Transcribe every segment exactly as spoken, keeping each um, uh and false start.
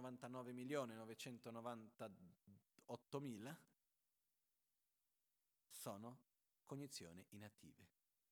novecentonovantanove milioni novecentonovantaottomila sono cognizioni inattive.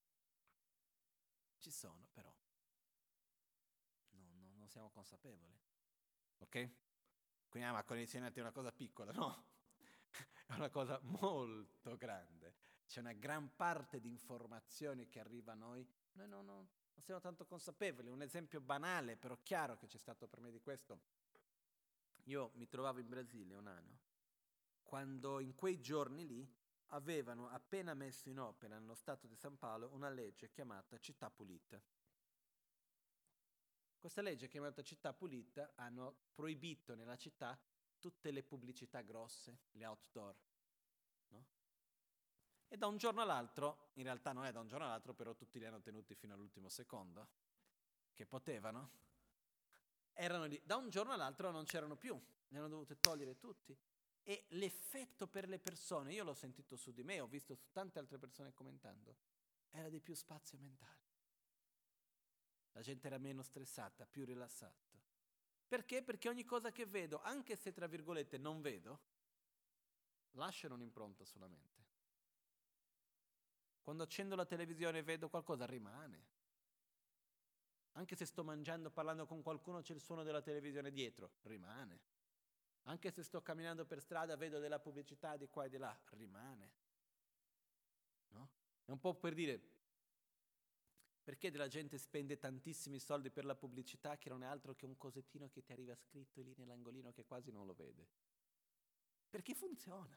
Ci sono però, no, no, non siamo consapevoli, ok? Quindi ah, ma cognizione inattiva è una cosa piccola, no? È una cosa molto grande. C'è una gran parte di informazioni che arriva a noi, noi no, no, non siamo tanto consapevoli. Un esempio banale, però chiaro che c'è stato per me di questo. Io mi trovavo in Brasile un anno, quando in quei giorni lì avevano appena messo in opera nello Stato di San Paolo una legge chiamata Città Pulita. Questa legge chiamata Città Pulita hanno proibito nella città tutte le pubblicità grosse, le outdoor, no? E da un giorno all'altro, in realtà non è da un giorno all'altro, però tutti li hanno tenuti fino all'ultimo secondo, che potevano, erano lì, da un giorno all'altro non c'erano più, ne hanno dovute togliere tutti. E l'effetto per le persone, io l'ho sentito su di me, ho visto su tante altre persone commentando, era di più spazio mentale. La gente era meno stressata, più rilassata. Perché? Perché ogni cosa che vedo, anche se tra virgolette non vedo, lasciano un'impronta sulla mente. Quando accendo la televisione e vedo qualcosa, rimane. Anche se sto mangiando, parlando con qualcuno, c'è il suono della televisione dietro, rimane. Anche se sto camminando per strada, vedo della pubblicità di qua e di là, rimane. No? È un po' per dire, perché della gente spende tantissimi soldi per la pubblicità che non è altro che un cosettino che ti arriva scritto lì nell'angolino che quasi non lo vede? Perché funziona.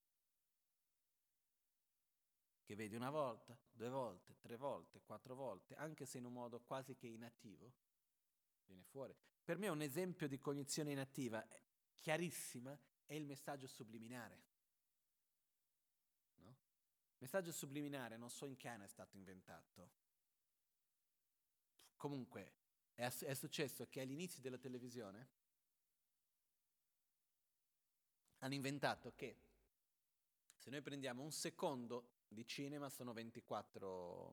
Che vedi una volta, due volte, tre volte, quattro volte, anche se in un modo quasi che inattivo, viene fuori. Per me un esempio di cognizione inattiva chiarissima è il messaggio subliminare. No? Il messaggio subliminare non so in che anno è stato inventato. Comunque è, è successo che all'inizio della televisione hanno inventato che se noi prendiamo un secondo di cinema sono ventiquattro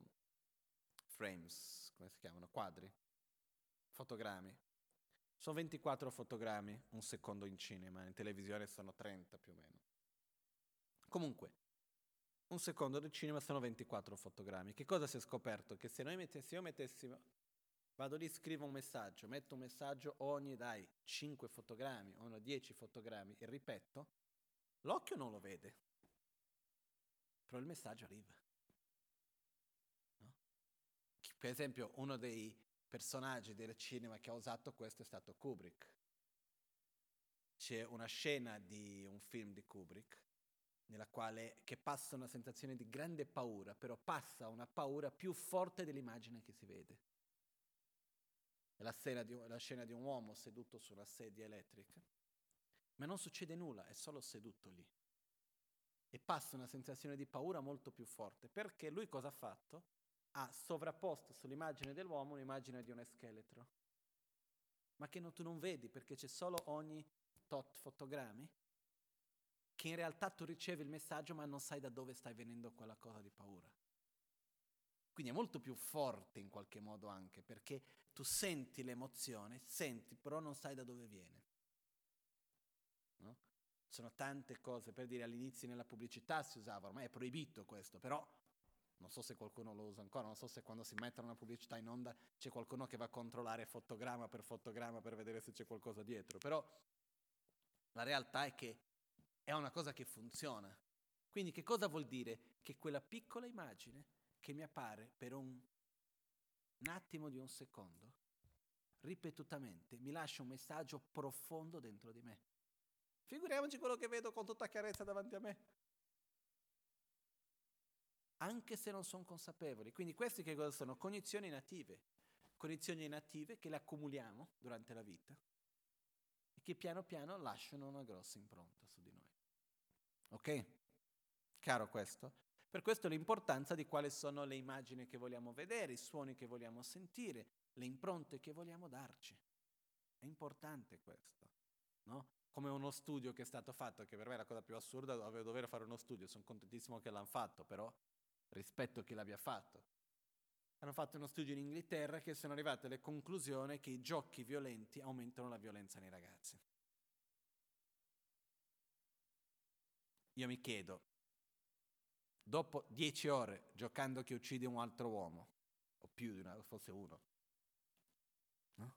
frames, come si chiamano? Quadri, fotogrammi. Sono ventiquattro fotogrammi un secondo in cinema, in televisione sono trenta più o meno. Comunque, un secondo del cinema sono ventiquattro fotogrammi. Che cosa si è scoperto? Che se noi mettessimo, se io mettessimo, vado lì, scrivo un messaggio, metto un messaggio ogni, dai, cinque fotogrammi, ogni dieci fotogrammi, e ripeto, l'occhio non lo vede, però il messaggio arriva. No? Per esempio, uno dei personaggi del cinema che ha usato questo è stato Kubrick. C'è una scena di un film di Kubrick nella quale che passa una sensazione di grande paura, però passa una paura più forte dell'immagine che si vede. È la scena di, la scena di un uomo seduto su una sedia elettrica, ma non succede nulla, è solo seduto lì. E passa una sensazione di paura molto più forte, perché lui cosa ha fatto? Ha sovrapposto sull'immagine dell'uomo un'immagine di un scheletro, ma che non, tu non vedi perché c'è solo ogni tot fotogrammi, che in realtà tu ricevi il messaggio ma non sai da dove stai venendo quella cosa di paura. Quindi è molto più forte in qualche modo anche, perché tu senti l'emozione, senti, però non sai da dove viene. No? Sono tante cose, per dire all'inizio nella pubblicità si usava, ormai è proibito questo, però non so se qualcuno lo usa ancora, non so se quando si mettono una pubblicità in onda c'è qualcuno che va a controllare fotogramma per fotogramma per vedere se c'è qualcosa dietro, però la realtà è che è una cosa che funziona. Quindi che cosa vuol dire? Che quella piccola immagine che mi appare per un, un attimo di un secondo, ripetutamente, mi lascia un messaggio profondo dentro di me. Figuriamoci quello che vedo con tutta chiarezza davanti a me. Anche se non sono consapevoli. Quindi queste che cosa sono? Cognizioni inattive. Cognizioni inattive che le accumuliamo durante la vita e che piano piano lasciano una grossa impronta su di noi. Ok? Chiaro questo? Per questo l'importanza di quali sono le immagini che vogliamo vedere, i suoni che vogliamo sentire, le impronte che vogliamo darci. È importante questo, no? Come uno studio che è stato fatto, che per me è la cosa più assurda, dovevo dover fare uno studio, sono contentissimo che l'hanno fatto, però rispetto a chi l'abbia fatto. Hanno fatto uno studio in Inghilterra che sono arrivati alla conclusione che i giochi violenti aumentano la violenza nei ragazzi. io mi chiedo, dopo dieci ore giocando che uccidi un altro uomo, o più di una, forse uno, no?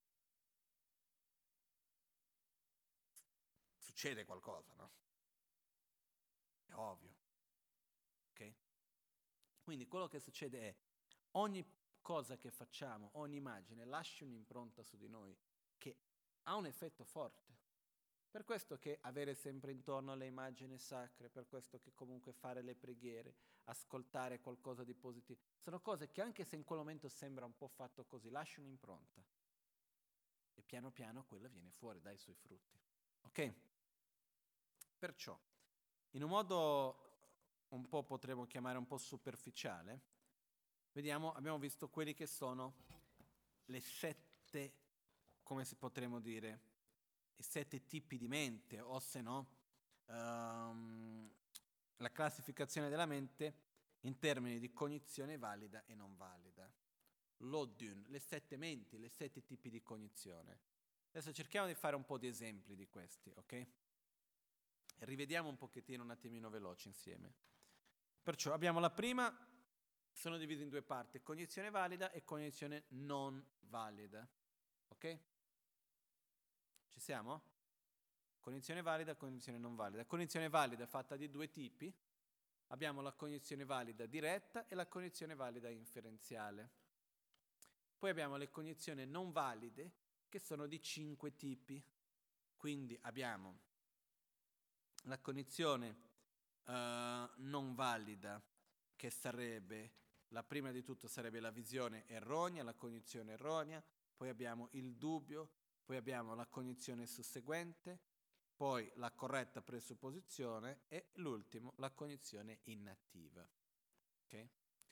Succede qualcosa, no? È ovvio, ok? Quindi quello che succede è, ogni cosa che facciamo, ogni immagine lascia un'impronta su di noi che ha un effetto forte. Per questo che avere sempre intorno le immagini sacre, per questo che comunque fare le preghiere, ascoltare qualcosa di positivo, sono cose che anche se in quel momento sembra un po' fatto così, lasciano un'impronta. E piano piano quella viene fuori, dai suoi frutti. Ok? Perciò, in un modo un po' potremmo chiamare un po' superficiale, vediamo, abbiamo visto quelli che sono le sette, come si potremmo dire, i sette tipi di mente, o se no, um, la classificazione della mente in termini di cognizione valida e non valida. L'Odun, le sette menti, le sette tipi di cognizione. Adesso cerchiamo di fare un po' di esempi di questi, ok? Rivediamo un pochettino un attimino veloci insieme. Perciò abbiamo la prima, sono divisi in due parti, cognizione valida e cognizione non valida. Ok? Ci siamo? Cognizione valida e cognizione non valida. Cognizione valida è fatta di due tipi. Abbiamo la cognizione valida diretta e la cognizione valida inferenziale. Poi abbiamo le cognizioni non valide, che sono di cinque tipi. Quindi abbiamo la cognizione uh, non valida, che sarebbe, la prima di tutto sarebbe la visione erronea, la cognizione erronea, poi abbiamo il dubbio, poi abbiamo la cognizione susseguente, poi la corretta presupposizione e l'ultimo, la cognizione inattiva. Okay?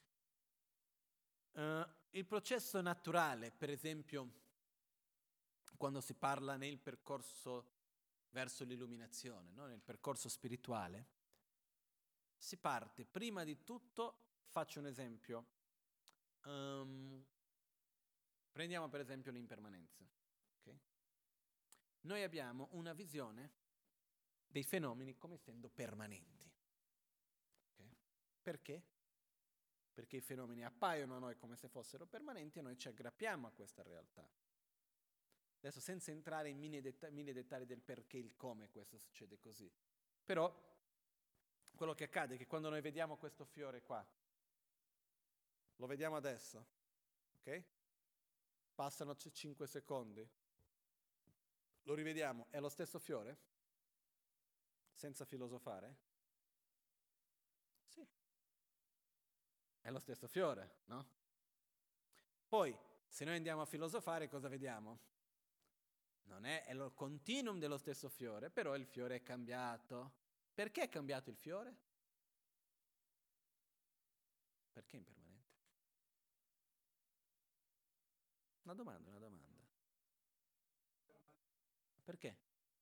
Uh, il processo naturale, per esempio, quando si parla nel percorso verso l'illuminazione, no? Nel percorso spirituale, si parte prima di tutto, faccio un esempio, um, prendiamo per esempio l'impermanenza. Okay? Noi abbiamo una visione dei fenomeni come essendo permanenti. Okay? Perché? Perché i fenomeni appaiono a noi come se fossero permanenti e noi ci aggrappiamo a questa realtà. Adesso senza entrare in mille, detta- mille dettagli del perché e il come questo succede così. Però quello che accade è che quando noi vediamo questo fiore qua, lo vediamo adesso, ok? Passano cinque secondi, lo rivediamo, è lo stesso fiore? Senza filosofare? Sì. È lo stesso fiore, no? Poi, se noi andiamo a filosofare, cosa vediamo? Non è, è il continuum dello stesso fiore, però il fiore è cambiato. Perché è cambiato il fiore? Perché è impermanente? Una domanda, una domanda. Perché?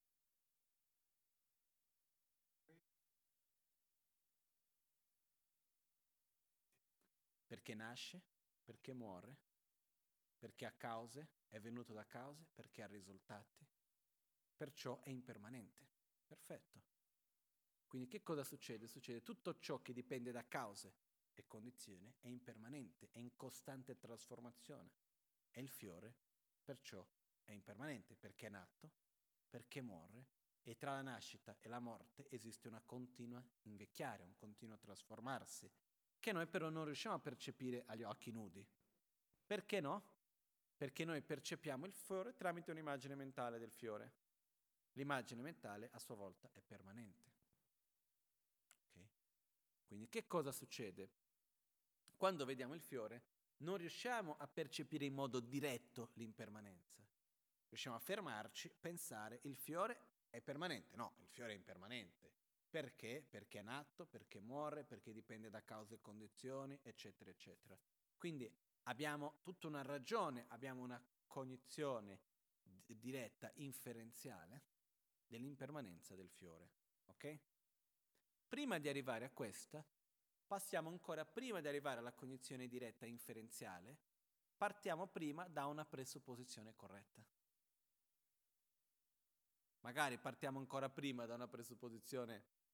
Perché nasce? Perché muore? Perché ha cause? È venuto da cause? Perché ha risultati? Perciò è impermanente. Perfetto. Quindi che cosa succede? Succede tutto ciò che dipende da cause e condizioni è impermanente, è in costante trasformazione. E il fiore, perciò, è impermanente perché è nato, perché muore e tra la nascita e la morte esiste una continua invecchiare, un continuo trasformarsi, che noi però non riusciamo a percepire agli occhi nudi. Perché no? Perché noi percepiamo il fiore tramite un'immagine mentale del fiore. L'immagine mentale a sua volta è permanente. Okay? Quindi che cosa succede? Quando vediamo il fiore non riusciamo a percepire in modo diretto l'impermanenza. Riusciamo a fermarci, pensare il fiore è permanente. No, il fiore è impermanente. Perché? Perché è nato, perché muore, perché dipende da cause e condizioni, eccetera, eccetera. Quindi abbiamo tutta una ragione, abbiamo una cognizione d- diretta, inferenziale, dell'impermanenza del fiore. Ok? Prima di arrivare a questa, passiamo ancora prima di arrivare alla cognizione diretta inferenziale, partiamo prima da una presupposizione corretta. Magari partiamo ancora prima da una presupposizione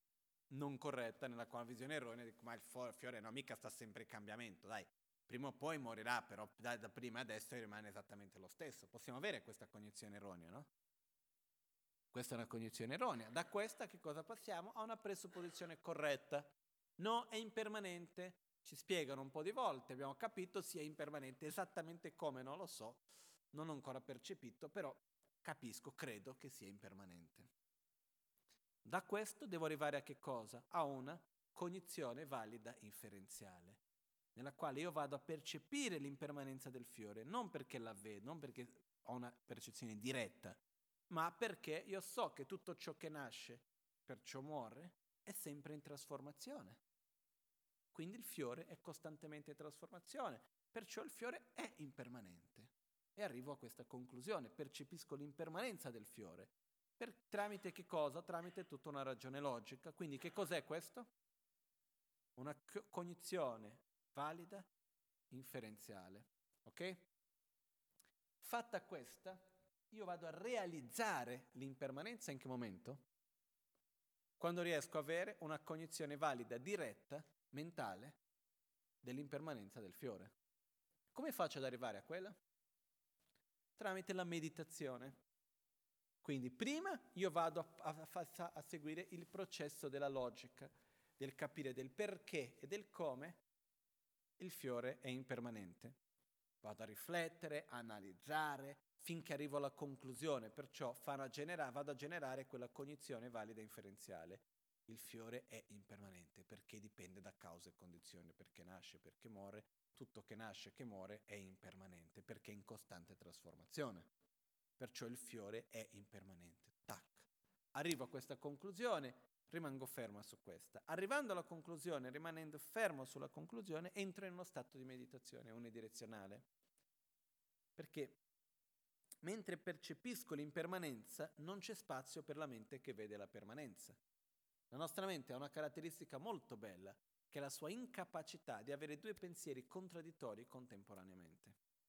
non corretta, nella quale visione erronea, dico, ma il fiore no, mica sta sempre in cambiamento, dai, prima o poi morirà, però da, da prima adesso rimane esattamente lo stesso. Possiamo avere questa cognizione erronea, no? Questa è una cognizione erronea. Da questa che cosa passiamo? A una presupposizione corretta. No, è impermanente. Ci spiegano un po' di volte, abbiamo capito sia impermanente, esattamente come non lo so, non ho ancora percepito, però capisco, credo che sia impermanente. Da questo devo arrivare a che cosa? A una cognizione valida inferenziale, nella quale io vado a percepire l'impermanenza del fiore, non perché la vedo, non perché ho una percezione diretta, ma perché io so che tutto ciò che nasce, perciò muore, è sempre in trasformazione. Quindi il fiore è costantemente in trasformazione, perciò il fiore è impermanente. E arrivo a questa conclusione, percepisco l'impermanenza del fiore. Per, tramite che cosa? Tramite tutta una ragione logica. Quindi che cos'è questo? Una co- cognizione valida, inferenziale. Ok? Fatta questa, io vado a realizzare l'impermanenza in che momento? Quando riesco a avere una cognizione valida, diretta, mentale, dell'impermanenza del fiore. Come faccio ad arrivare a quella? Tramite la meditazione. Quindi prima io vado a, a, a, a seguire il processo della logica, del capire del perché e del come il fiore è impermanente. Vado a riflettere, a analizzare, finché arrivo alla conclusione, perciò a generare, vado a generare quella cognizione valida inferenziale. Il fiore è impermanente perché dipende da cause e condizioni, perché nasce, perché muore, tutto che nasce e che muore è impermanente, perché è in costante trasformazione. Perciò il fiore è impermanente. Tac. Arrivo a questa conclusione, rimango fermo su questa. Arrivando alla conclusione, rimanendo fermo sulla conclusione, entro in uno stato di meditazione unidirezionale. Perché mentre percepisco l'impermanenza, non c'è spazio per la mente che vede la permanenza. La nostra mente ha una caratteristica molto bella, che è la sua incapacità di avere due pensieri contraddittori contemporaneamente.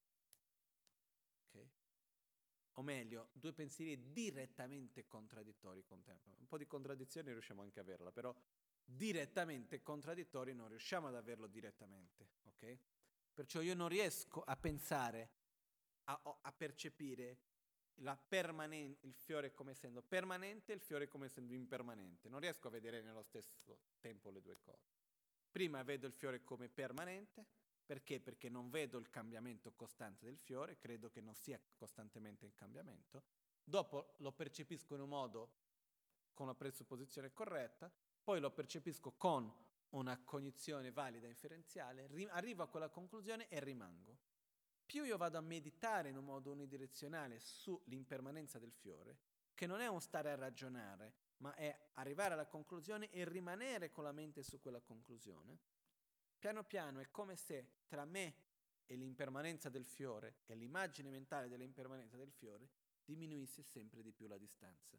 Ok? O meglio, due pensieri direttamente contraddittori contemporaneamente. Un po' di contraddizione riusciamo anche a averla, però direttamente contraddittori non riusciamo ad averlo direttamente, ok? Perciò io non riesco a pensare, a, a percepire la permanen- il fiore come essendo permanente e il fiore come essendo impermanente. Non riesco a vedere nello stesso tempo le due cose. Prima vedo il fiore come permanente, perché? Perché non vedo il cambiamento costante del fiore, credo che non sia costantemente in cambiamento. Dopo lo percepisco in un modo con la presupposizione corretta, poi lo percepisco con una cognizione valida inferenziale, ri- arrivo a quella conclusione e rimango. Più io vado a meditare in un modo unidirezionale sull'impermanenza del fiore, che non è un stare a ragionare, ma è arrivare alla conclusione e rimanere con la mente su quella conclusione, piano piano è come se tra me e l'impermanenza del fiore e l'immagine mentale dell'impermanenza del fiore diminuisse sempre di più la distanza.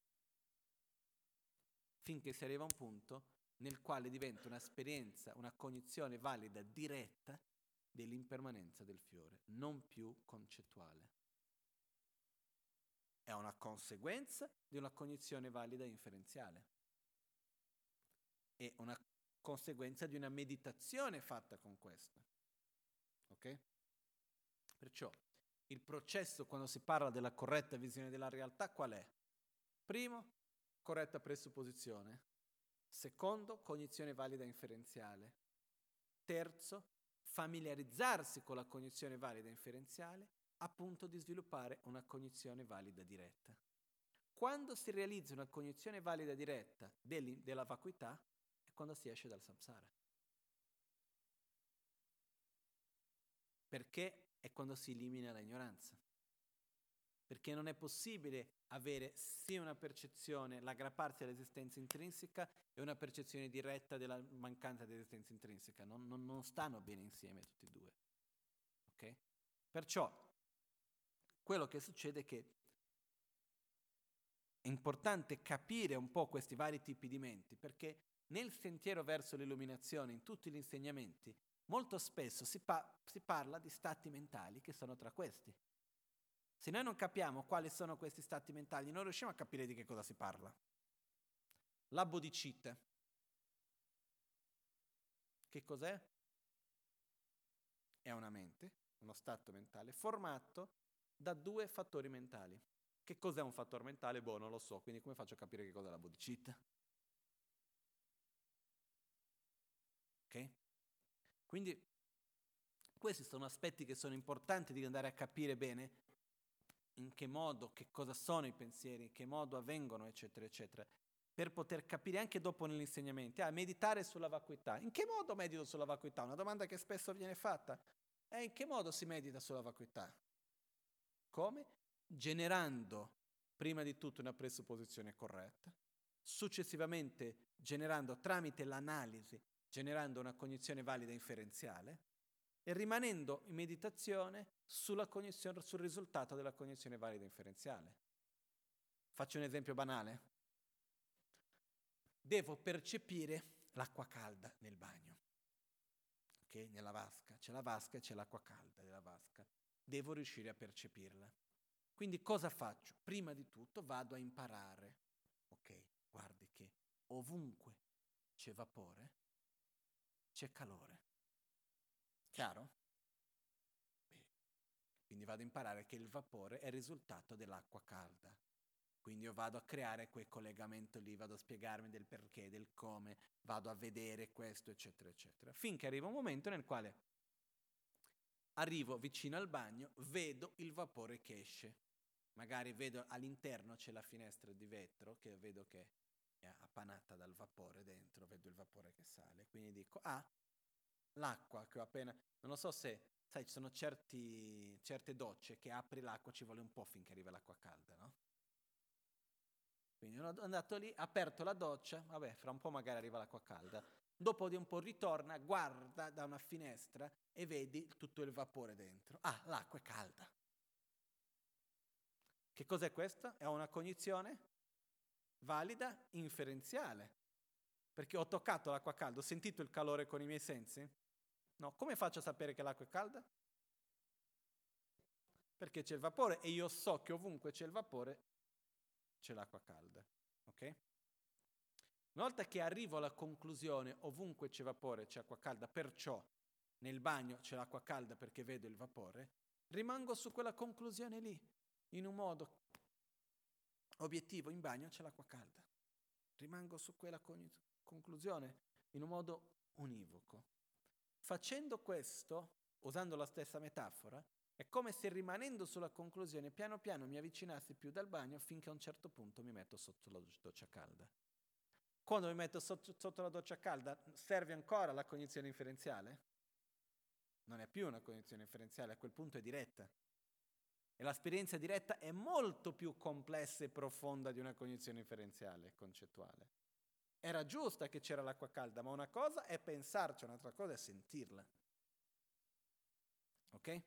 Finché si arriva a un punto nel quale diventa un'esperienza, una cognizione valida, diretta, dell'impermanenza del fiore, non più concettuale. È una conseguenza di una cognizione valida inferenziale. È una conseguenza di una meditazione fatta con questo. Ok? Perciò il processo quando si parla della corretta visione della realtà qual è? Primo, corretta presupposizione. Secondo, cognizione valida inferenziale. Terzo, familiarizzarsi con la cognizione valida inferenziale a punto di sviluppare una cognizione valida diretta. Quando si realizza una cognizione valida diretta della vacuità è quando si esce dal samsara. Perché è quando si elimina l'ignoranza. Perché non è possibile avere sia una percezione, l'aggrapparsi all'esistenza intrinseca e una percezione diretta della mancanza di esistenza intrinseca. Non, non, non stanno bene insieme tutti e due. Ok? Perciò quello che succede è che è importante capire un po' questi vari tipi di menti, perché nel sentiero verso l'illuminazione, in tutti gli insegnamenti, molto spesso si, pa- si parla di stati mentali che sono tra questi. Se noi non capiamo quali sono questi stati mentali, non riusciamo a capire di che cosa si parla. La bodhicitta, Che cos'è? È una mente, uno stato mentale formato da due fattori mentali. Che cos'è un fattore mentale? Boh, non lo so, quindi come faccio a capire che cos'è la bodhicitta? Ok? Quindi questi sono aspetti che sono importanti di andare a capire bene in che modo, che cosa sono i pensieri, in che modo avvengono, eccetera, eccetera, per poter capire anche dopo negli insegnamenti. Ah, meditare sulla vacuità. In che modo medito sulla vacuità? Una domanda che spesso viene fatta. E in che modo si medita sulla vacuità? Come? Generando prima di tutto una presupposizione corretta, successivamente generando tramite l'analisi, generando una cognizione valida inferenziale e rimanendo in meditazione sulla cognizione, sul risultato della cognizione valida inferenziale. Faccio un esempio banale. Devo percepire l'acqua calda nel bagno, ok? Nella vasca. C'è la vasca e c'è l'acqua calda della vasca. Devo riuscire a percepirla. Quindi cosa faccio? Prima di tutto vado a imparare. Ok, guardi che ovunque c'è vapore, c'è calore. Chiaro? Bene. Quindi vado a imparare che il vapore è il risultato dell'acqua calda. Quindi io vado a creare quel collegamento lì, vado a spiegarmi del perché, del come, vado a vedere questo, eccetera, eccetera. Finché arriva un momento nel quale arrivo vicino al bagno, vedo il vapore che esce. Magari vedo all'interno c'è la finestra di vetro che vedo che è appanata dal vapore dentro, vedo il vapore che sale. Quindi dico, ah, l'acqua che ho appena... Non lo so se, sai, ci sono certi, certe docce che apri l'acqua, ci vuole un po' finché arriva l'acqua calda, no? Quindi sono andato lì, aperto la doccia, vabbè, fra un po' magari arriva l'acqua calda. Dopo di un po' ritorna, guarda da una finestra e vedi tutto il vapore dentro. Ah, l'acqua è calda. Che cos'è questo? È una cognizione valida inferenziale. Perché ho toccato l'acqua calda, ho sentito il calore con i miei sensi? No, come faccio a sapere che l'acqua è calda? Perché c'è il vapore e io so che ovunque c'è il vapore c'è l'acqua calda. Ok? Una volta che arrivo alla conclusione, ovunque c'è vapore c'è acqua calda, perciò nel bagno c'è l'acqua calda perché vedo il vapore, rimango su quella conclusione lì, in un modo obiettivo, in bagno c'è l'acqua calda. Rimango su quella con- conclusione in un modo univoco. Facendo questo, usando la stessa metafora, è come se rimanendo sulla conclusione piano piano mi avvicinassi più dal bagno finché a un certo punto mi metto sotto la doccia calda. Quando mi metto sotto, sotto la doccia calda serve ancora la cognizione inferenziale? Non è più una cognizione inferenziale, a quel punto è diretta. E l'esperienza diretta è molto più complessa e profonda di una cognizione inferenziale, concettuale. Era giusta che c'era l'acqua calda, ma una cosa è pensarci, un'altra cosa è sentirla. Ok?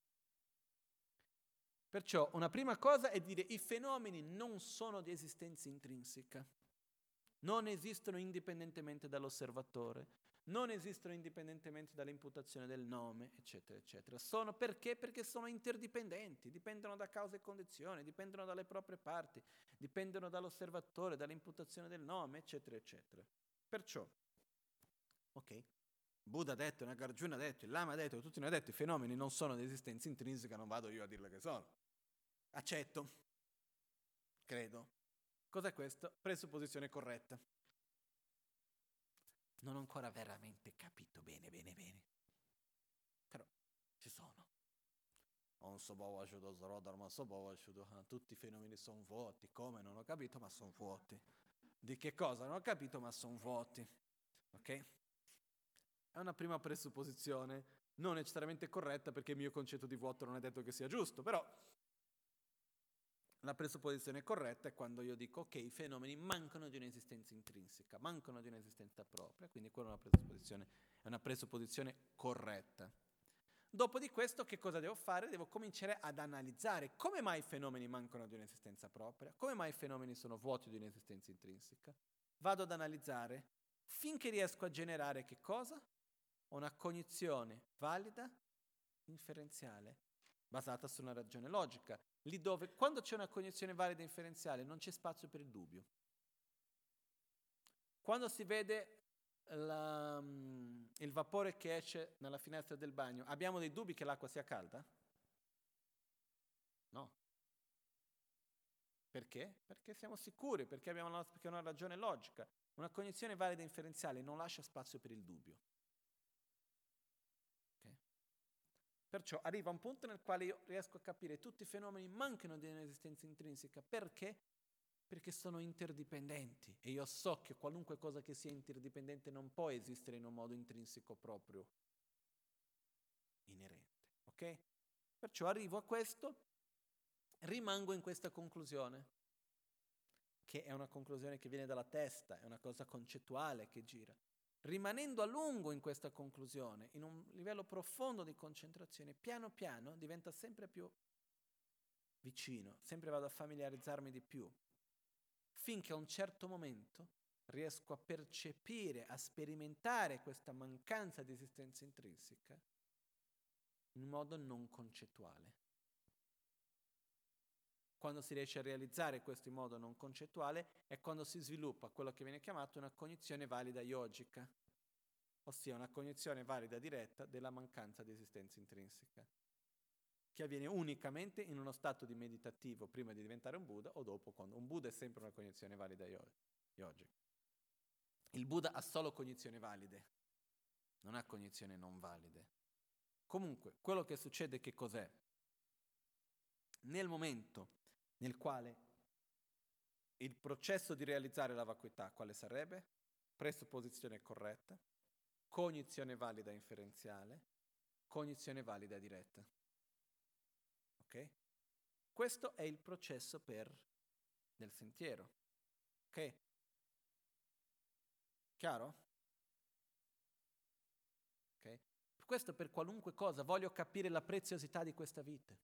Perciò una prima cosa è dire i fenomeni non sono di esistenza intrinseca, non esistono indipendentemente dall'osservatore, non esistono indipendentemente dall'imputazione del nome, eccetera, eccetera. Sono perché? Perché sono interdipendenti, dipendono da cause e condizioni, dipendono dalle proprie parti, dipendono dall'osservatore, dall'imputazione del nome, eccetera, eccetera. Perciò, ok, Buddha ha detto, Nagarjuna ha detto, il Lama ha detto, tutti hanno detto, i fenomeni non sono di esistenza intrinseca, non vado io a dirle che sono. Accetto, credo. Cos'è questo? Presupposizione corretta. Non ho ancora veramente capito bene, bene, bene. Però ci sono. Tutti i fenomeni sono vuoti. Come? Non ho capito, ma sono vuoti. Di che cosa? Non ho capito, ma sono vuoti. Ok? È una prima presupposizione, non necessariamente corretta perché il mio concetto di vuoto non è detto che sia giusto, però la presupposizione corretta è quando io dico ok, i fenomeni mancano di un'esistenza intrinseca, mancano di un'esistenza propria, quindi quella è una presupposizione, è una presupposizione corretta. Dopo di questo che cosa devo fare? Devo cominciare ad analizzare come mai i fenomeni mancano di un'esistenza propria, come mai i fenomeni sono vuoti di un'esistenza intrinseca. Vado ad analizzare finché riesco a generare che cosa? Una cognizione valida, inferenziale, basata su una ragione logica, lì dove quando c'è una cognizione valida inferenziale non c'è spazio per il dubbio. Quando si vede la, mm, il vapore che esce nalla finestra del bagno, abbiamo dei dubbi che l'acqua sia calda? No. Perché? Perché siamo sicuri, perché abbiamo una, perché è una ragione logica. Una cognizione valida inferenziale non lascia spazio per il dubbio. Okay? Perciò arriva un punto nel quale io riesco a capire tutti i fenomeni mancano di un'esistenza intrinseca. Perché? Perché sono interdipendenti e io so che qualunque cosa che sia interdipendente non può esistere in un modo intrinseco proprio inerente. Ok? Perciò arrivo a questo, rimango in questa conclusione, che è una conclusione che viene dalla testa, è una cosa concettuale che gira. Rimanendo a lungo in questa conclusione, in un livello profondo di concentrazione, piano piano diventa sempre più vicino, sempre vado a familiarizzarmi di più, finché a un certo momento riesco a percepire, a sperimentare questa mancanza di esistenza intrinseca in modo non concettuale. Quando si riesce a realizzare questo in modo non concettuale è quando si sviluppa quello che viene chiamato una cognizione valida yogica, ossia una cognizione valida diretta della mancanza di esistenza intrinseca, che avviene unicamente in uno stato di meditativo prima di diventare un Buddha o dopo, quando un Buddha è sempre una cognizione valida yogica. Il Buddha ha solo cognizioni valide, non ha cognizioni non valide. Comunque, quello che succede che cos'è? Nel momento nel quale il processo di realizzare la vacuità, quale sarebbe? Presupposizione corretta, cognizione valida inferenziale, cognizione valida diretta. Ok? Questo è il processo per del sentiero. Ok? Chiaro? Ok? Questo per qualunque cosa, voglio capire la preziosità di questa vita.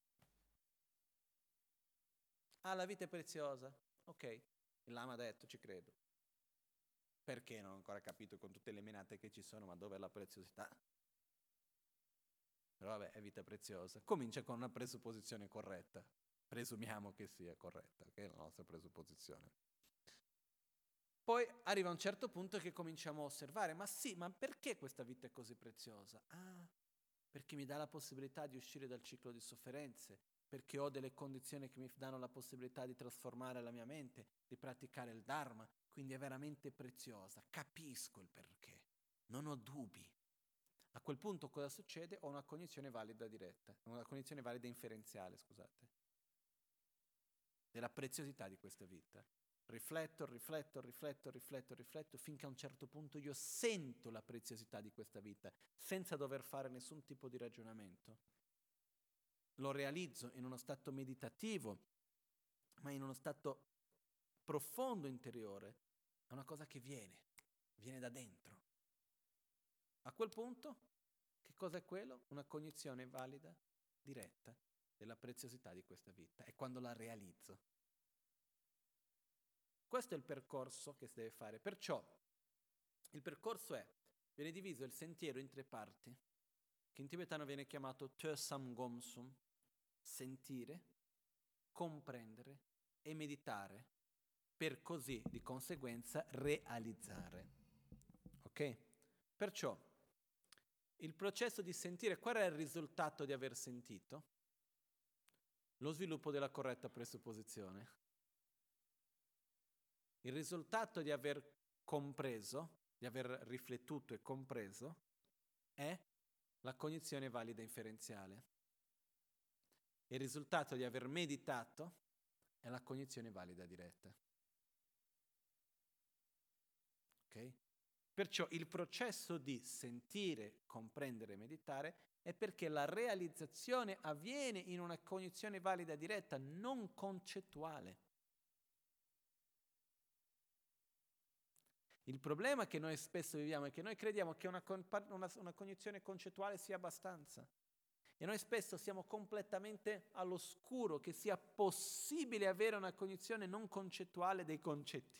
Ah, la vita è preziosa. Ok, il lama ha detto, ci credo. Perché non ho ancora capito con tutte le menate che ci sono, ma dov'è la preziosità? Però vabbè, è vita preziosa. Comincia con una presupposizione corretta. Presumiamo che sia corretta, che è la nostra presupposizione. Poi arriva un certo punto che cominciamo a osservare, ma sì, ma perché questa vita è così preziosa? Ah, perché mi dà la possibilità di uscire dal ciclo di sofferenze, perché ho delle condizioni che mi danno la possibilità di trasformare la mia mente, di praticare il Dharma, quindi è veramente preziosa. Capisco il perché, non ho dubbi. A quel punto cosa succede? Ho una cognizione valida diretta, una cognizione valida inferenziale, scusate, della preziosità di questa vita. Rifletto, rifletto, rifletto, rifletto, rifletto, finché a un certo punto io sento la preziosità di questa vita, senza dover fare nessun tipo di ragionamento. Lo realizzo in uno stato meditativo, ma in uno stato profondo interiore. È una cosa che viene, viene da dentro. A quel punto, che cosa è quello? Una cognizione valida, diretta, della preziosità di questa vita. È quando la realizzo. Questo è il percorso che si deve fare. Perciò il percorso è, viene diviso il sentiero in tre parti, che in tibetano viene chiamato Tösam Gomsum, sentire, comprendere e meditare, per così di conseguenza realizzare. Ok? Perciò il processo di sentire, qual è il risultato di aver sentito? Lo sviluppo della corretta presupposizione. Il risultato di aver compreso, di aver riflettuto e compreso, è la cognizione valida inferenziale. Il risultato di aver meditato è la cognizione valida diretta. Ok? Perciò il processo di sentire, comprendere e meditare è perché la realizzazione avviene in una cognizione valida diretta, non concettuale. Il problema che noi spesso viviamo è che noi crediamo che una, una, una cognizione concettuale sia abbastanza. E noi spesso siamo completamente all'oscuro che sia possibile avere una cognizione non concettuale dei concetti.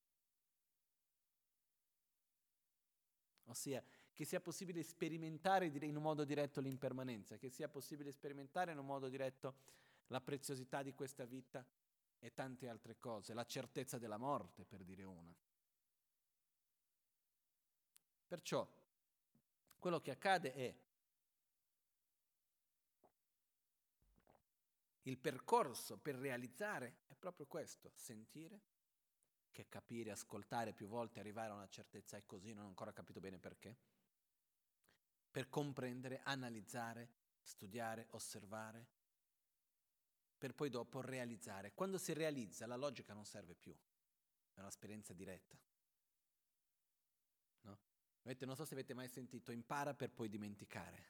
Ossia, che sia possibile sperimentare in un modo diretto l'impermanenza, che sia possibile sperimentare in un modo diretto la preziosità di questa vita e tante altre cose, la certezza della morte, per dire una. Perciò quello che accade è il percorso per realizzare è proprio questo, sentire, che capire, ascoltare più volte, arrivare a una certezza è così, non ho ancora capito bene perché, per comprendere, analizzare, studiare, osservare, per poi dopo realizzare. Quando si realizza la logica non serve più, è un'esperienza diretta. No? Avete, non so se avete mai sentito impara per poi dimenticare.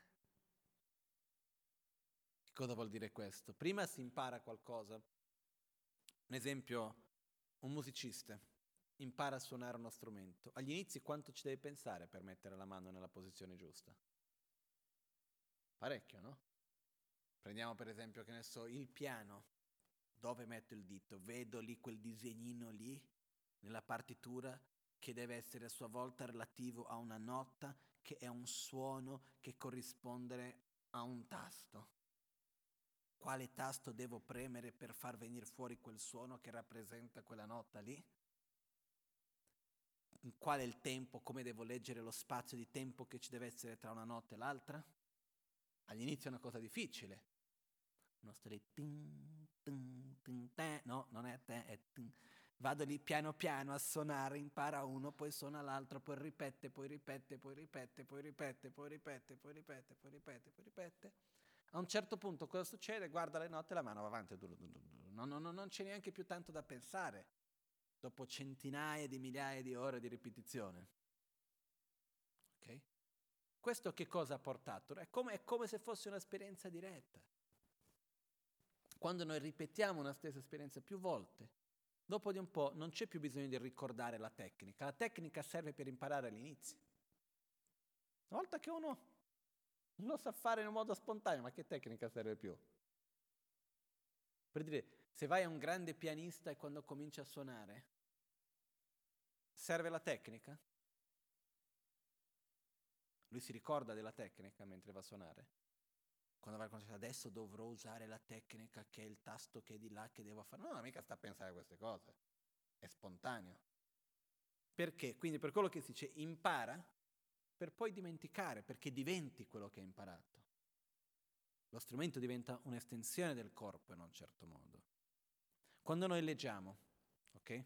Che cosa vuol dire questo? Prima si impara qualcosa. Un esempio, un musicista impara a suonare uno strumento. Agli inizi quanto ci deve pensare per mettere la mano nella posizione giusta? Parecchio, no? Prendiamo per esempio, che ne so, il piano. Dove metto il dito? Vedo lì quel disegnino lì, nella partitura, che deve essere a sua volta relativo a una nota, che è un suono che corrisponde a un tasto. Quale tasto devo premere per far venire fuori quel suono che rappresenta quella nota lì? Qual è il tempo? Come devo leggere lo spazio di tempo che ci deve essere tra una nota e l'altra? All'inizio è una cosa difficile. Uno sto lì, tin, tin, tin, ten. No, non è te, è tin. Vado lì piano piano a suonare, impara uno, poi suona l'altro, poi ripete, poi ripete, poi ripete, poi ripete, poi ripete, poi ripete, poi ripete, poi ripete. A un certo punto cosa succede? Guarda le note e la mano va avanti. No, no, no, non c'è neanche più tanto da pensare, dopo centinaia di migliaia di ore di ripetizione. Ok? Questo che cosa ha portato? È come, è come se fosse un'esperienza diretta. Quando noi ripetiamo una stessa esperienza più volte, dopo di un po' non c'è più bisogno di ricordare la tecnica. La tecnica serve per imparare all'inizio. Una volta che uno lo sa fare in un modo spontaneo, ma che tecnica serve più? Per dire, se vai a un grande pianista e quando comincia a suonare, serve la tecnica? Lui si ricorda della tecnica mentre va a suonare? Quando va a conoscere, adesso dovrò usare la tecnica che è il tasto che è di là che devo fare. No, mica sta a pensare a queste cose. È spontaneo. Perché? Quindi per quello che si dice, impara per poi dimenticare, perché diventi quello che hai imparato. Lo strumento diventa un'estensione del corpo in un certo modo. Quando noi leggiamo, ok?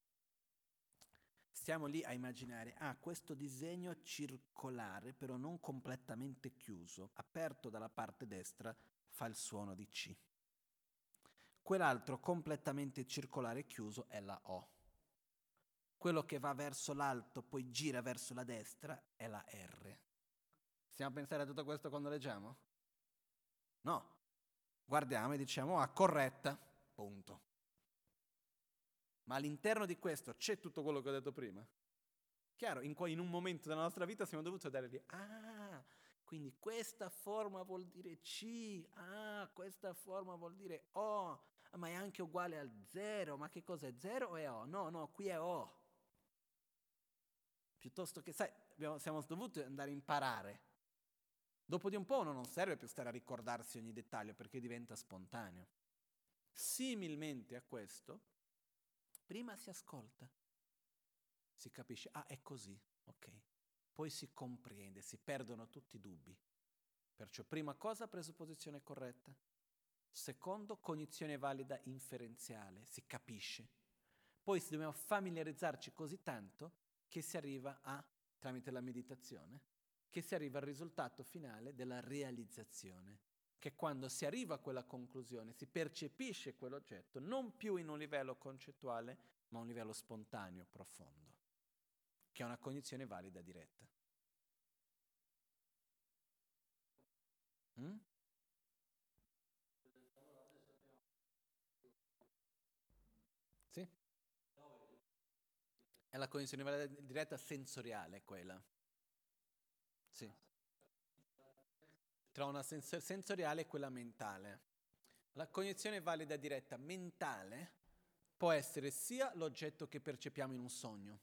Stiamo lì a immaginare, ah, questo disegno circolare, però non completamente chiuso, aperto dalla parte destra, fa il suono di C. Quell'altro completamente circolare chiuso è la O. Quello che va verso l'alto, poi gira verso la destra, è la R. Stiamo a pensare a tutto questo quando leggiamo? No. Guardiamo e diciamo, ah, corretta, punto. Ma all'interno di questo c'è tutto quello che ho detto prima? Chiaro, in, in un momento della nostra vita siamo dovuti andare lì, ah, quindi questa forma vuol dire C, ah, questa forma vuol dire O, ma è anche uguale al zero, ma che cos'è, zero o è O? No, no, qui è O. Piuttosto che, sai, abbiamo, siamo dovuti andare a imparare. Dopo di un po' uno non serve più stare a ricordarsi ogni dettaglio perché diventa spontaneo. Similmente a questo, prima si ascolta, si capisce, ah, è così, ok. Poi si comprende, si perdono tutti i dubbi. Perciò prima cosa, presupposizione corretta. Secondo, cognizione valida inferenziale, si capisce. Poi si dobbiamo familiarizzarci così tanto che si arriva a, tramite la meditazione, che si arriva al risultato finale della realizzazione, che quando si arriva a quella conclusione si percepisce quell'oggetto non più in un livello concettuale, ma a un livello spontaneo, profondo, che è una cognizione valida diretta. Mm? Sì? È la cognizione valida diretta sensoriale quella. Sì. Tra una sens- sensoriale e quella mentale. La cognizione valida diretta mentale può essere sia l'oggetto che percepiamo in un sogno,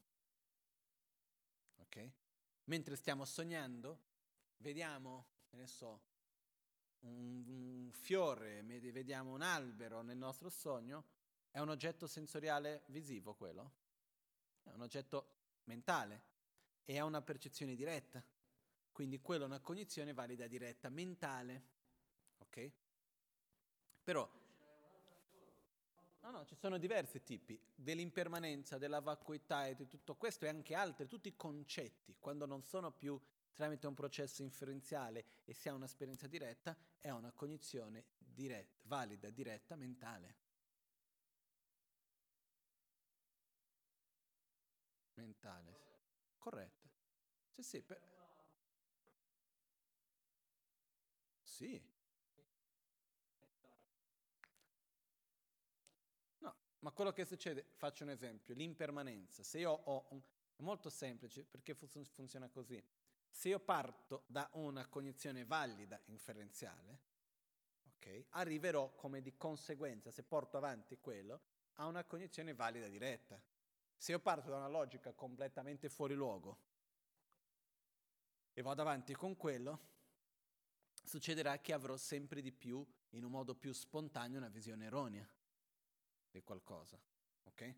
ok? Mentre stiamo sognando, vediamo, che ne so, un, un fiore, vediamo un albero nel nostro sogno, è un oggetto sensoriale visivo quello? È un oggetto mentale. e ha una percezione diretta. Quindi quella è una cognizione valida diretta, mentale. Ok? Però, no, no, ci sono diversi tipi, dell'impermanenza, della vacuità e di tutto questo e anche altri, tutti i concetti, quando non sono più tramite un processo inferenziale e si ha un'esperienza diretta, è una cognizione diretta, valida, diretta, mentale. Mentale, sì. Corretto. Sì, sì, per... sì. No, ma quello che succede, faccio un esempio, l'impermanenza. Se io ho un... è molto semplice perché fun- funziona così. Se io parto da una cognizione valida inferenziale, ok, arriverò come di conseguenza, se porto avanti quello, a una cognizione valida diretta. Se io parto da una logica completamente fuori luogo e vado avanti con quello, succederà che avrò sempre di più, in un modo più spontaneo, una visione erronea di qualcosa. Ok?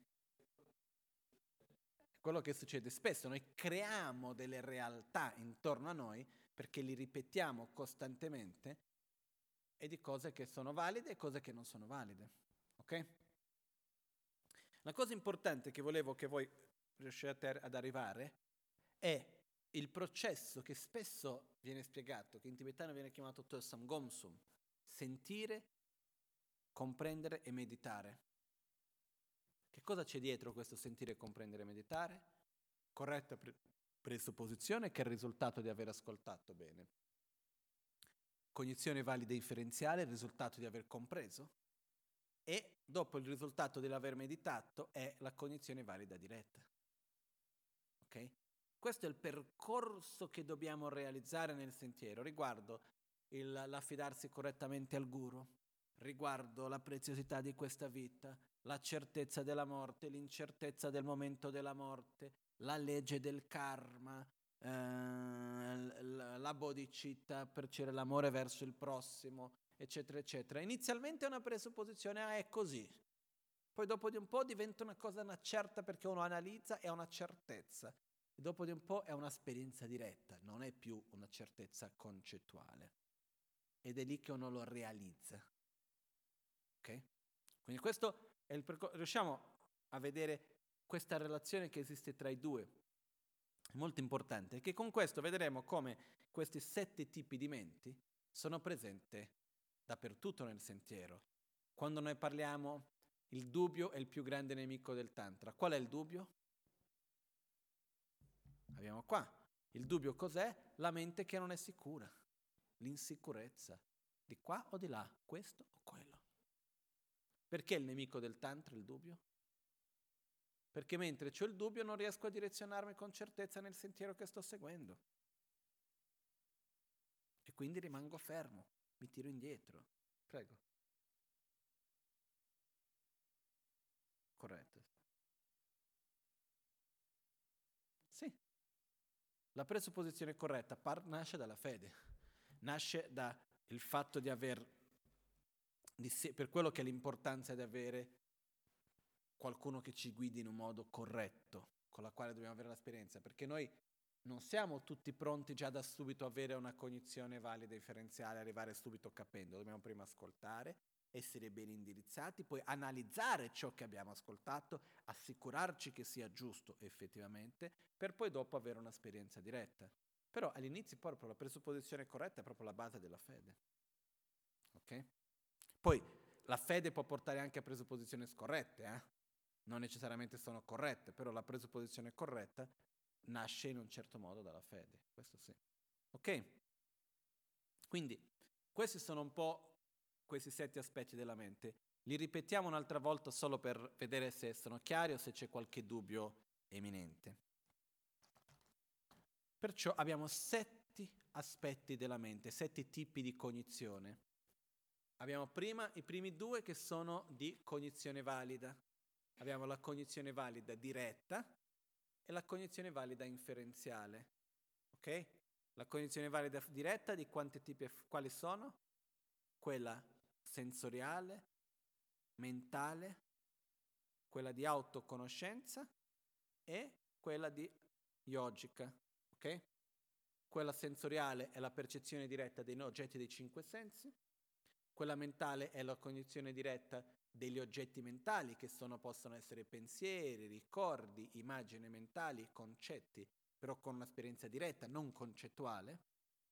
Quello che succede spesso, noi creiamo delle realtà intorno a noi perché li ripetiamo costantemente e di cose che sono valide e cose che non sono valide. Ok? La cosa importante che volevo che voi riusciate ad arrivare è il processo che spesso viene spiegato, che in tibetano viene chiamato Tosam Gomsum, sentire, comprendere e meditare. Che cosa c'è dietro questo sentire, comprendere e meditare? Corretta pre- presupposizione che è il risultato di aver ascoltato bene. Cognizione valida inferenziale, il risultato di aver compreso. E dopo il risultato dell'aver meditato è la cognizione valida diretta. Ok? Questo è il percorso che dobbiamo realizzare nel sentiero riguardo il, l'affidarsi correttamente al guru, riguardo la preziosità di questa vita, la certezza della morte, l'incertezza del momento della morte, la legge del karma, eh, la bodhicitta per cere l'amore verso il prossimo, eccetera, eccetera. Inizialmente è una presupposizione, ah, è così. Poi dopo di un po' diventa una cosa una certa perché uno analizza e ha una certezza. E dopo di un po' è un'esperienza diretta, non è più una certezza concettuale. Ed è lì che uno lo realizza. Ok? Quindi questo è il percorso. Riusciamo a vedere questa relazione che esiste tra i due. È molto importante, che con questo vedremo come questi sette tipi di menti sono presenti dappertutto nel sentiero. Quando noi parliamo il dubbio è il più grande nemico del Tantra. Qual è il dubbio? Abbiamo qua. Il dubbio cos'è? La mente che non è sicura, l'insicurezza, di qua o di là, questo o quello. Perché è il nemico del Tantra il dubbio? Perché mentre c'ho il dubbio non riesco a direzionarmi con certezza nel sentiero che sto seguendo. E quindi rimango fermo, mi tiro indietro. Prego. Corretto. Sì. La presupposizione corretta par- nasce dalla fede, nasce dal fatto di aver, di se- per quello che è l'importanza di avere qualcuno che ci guidi in un modo corretto, con la quale dobbiamo avere l'esperienza, perché noi non siamo tutti pronti già da subito a avere una cognizione valida, differenziale, arrivare subito capendo, dobbiamo prima ascoltare, essere ben indirizzati, poi analizzare ciò che abbiamo ascoltato, assicurarci che sia giusto effettivamente, per poi dopo avere un'esperienza diretta. Però all'inizio proprio la presupposizione corretta è proprio la base della fede. Ok? Poi la fede può portare anche a presupposizioni scorrette, eh? Non necessariamente sono corrette, però la presupposizione corretta nasce in un certo modo dalla fede, questo sì. Ok? Quindi questi sono un po' questi sette aspetti della mente. Li ripetiamo un'altra volta solo per vedere se sono chiari o se c'è qualche dubbio eminente. Perciò abbiamo sette aspetti della mente, sette tipi di cognizione. Abbiamo prima i primi due che sono di cognizione valida. Abbiamo la cognizione valida diretta e la cognizione valida inferenziale. Ok? La cognizione valida diretta di quanti tipi, quali sono? Quella sensoriale, mentale, quella di autoconoscenza e quella di yogica, ok? Quella sensoriale è la percezione diretta dei oggetti dei cinque sensi, quella mentale è la cognizione diretta degli oggetti mentali, che sono, possono essere pensieri, ricordi, immagini mentali, concetti, però con un'esperienza diretta, non concettuale.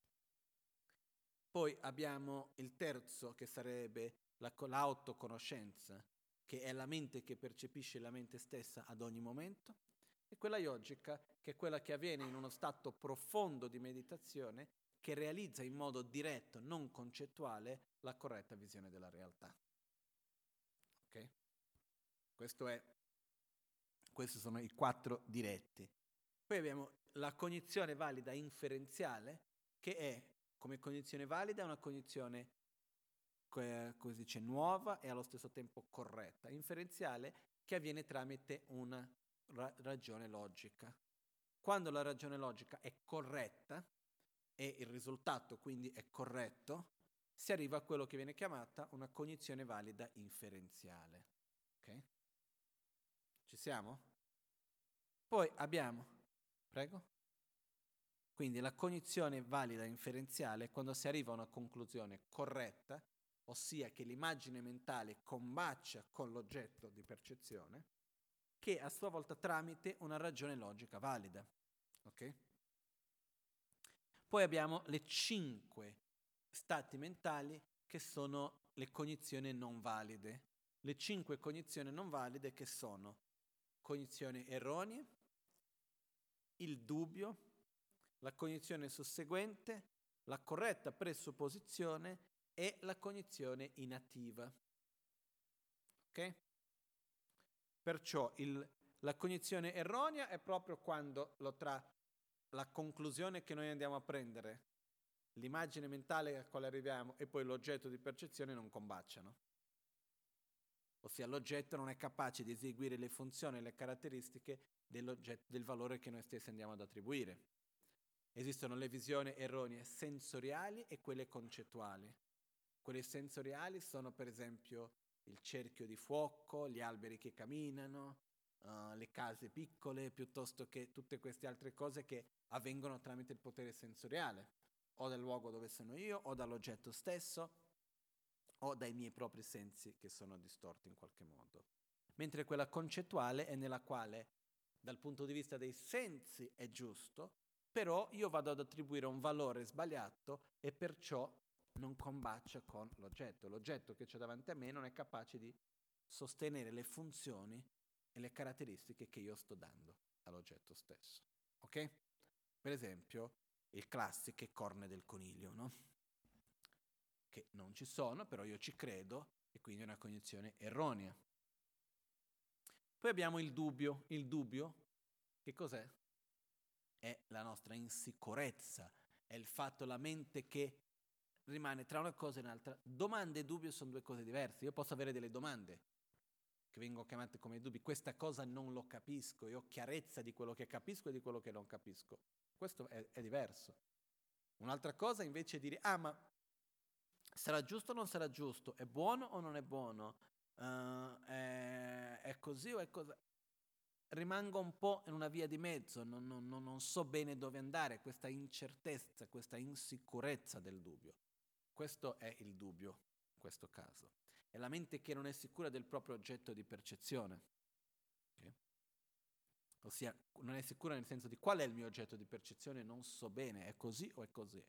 Poi abbiamo il terzo, che sarebbe la, l'autoconoscenza, che è la mente che percepisce la mente stessa ad ogni momento, e quella yogica, che è quella che avviene in uno stato profondo di meditazione, che realizza in modo diretto, non concettuale, la corretta visione della realtà. Ok? Questo è, questi sono i quattro diretti. Poi abbiamo la cognizione valida inferenziale, che è, come cognizione valida, una cognizione, come si dice, nuova e allo stesso tempo corretta. Inferenziale, che avviene tramite una ra- ragione logica. Quando la ragione logica è corretta e il risultato quindi è corretto, si arriva a quello che viene chiamata una cognizione valida inferenziale. Ok? Ci siamo? Poi abbiamo, prego? Quindi la cognizione valida inferenziale è quando si arriva a una conclusione corretta, ossia che l'immagine mentale combacia con l'oggetto di percezione, che a sua volta tramite una ragione logica valida. Ok? Poi abbiamo le cinque stati mentali che sono le cognizioni non valide. Le cinque cognizioni non valide che sono cognizioni erronee, il dubbio, la cognizione susseguente, la corretta presupposizione e la cognizione inattiva. Ok? Perciò il, la cognizione erronea è proprio quando lo tra la conclusione che noi andiamo a prendere, l'immagine mentale a quale arriviamo e poi l'oggetto di percezione non combaciano. Ossia l'oggetto non è capace di eseguire le funzioni e le caratteristiche del valore che noi stessi andiamo ad attribuire. Esistono le visioni erronee sensoriali e quelle concettuali. Quelle sensoriali sono per esempio il cerchio di fuoco, gli alberi che camminano, uh, le case piccole, piuttosto che tutte queste altre cose che avvengono tramite il potere sensoriale, o dal luogo dove sono io, o dall'oggetto stesso, o dai miei propri sensi che sono distorti in qualche modo. Mentre quella concettuale è nella quale, dal punto di vista dei sensi, è giusto, però io vado ad attribuire un valore sbagliato e perciò non combacia con l'oggetto. L'oggetto che c'è davanti a me non è capace di sostenere le funzioni e le caratteristiche che io sto dando all'oggetto stesso. Ok? Per esempio, il classico corna del coniglio, no? Che non ci sono, però io ci credo e quindi è una cognizione erronea. Poi abbiamo il dubbio. Il dubbio, che cos'è? È la nostra insicurezza, è il fatto, la mente che rimane tra una cosa e un'altra. Domande e dubbio sono due cose diverse. Io posso avere delle domande che vengono chiamate come dubbi. Questa cosa non lo capisco, io ho chiarezza di quello che capisco e di quello che non capisco. Questo è, è diverso. Un'altra cosa invece è dire, ah ma sarà giusto o non sarà giusto? È buono o non è buono? Uh, è, è così o è così? Rimango un po' in una via di mezzo, non, non, non so bene dove andare, questa incertezza, questa insicurezza del dubbio. Questo è il dubbio, in questo caso. È la mente che non è sicura del proprio oggetto di percezione. Okay? Ossia, non è sicura nel senso di qual è il mio oggetto di percezione, non so bene, è così o è così.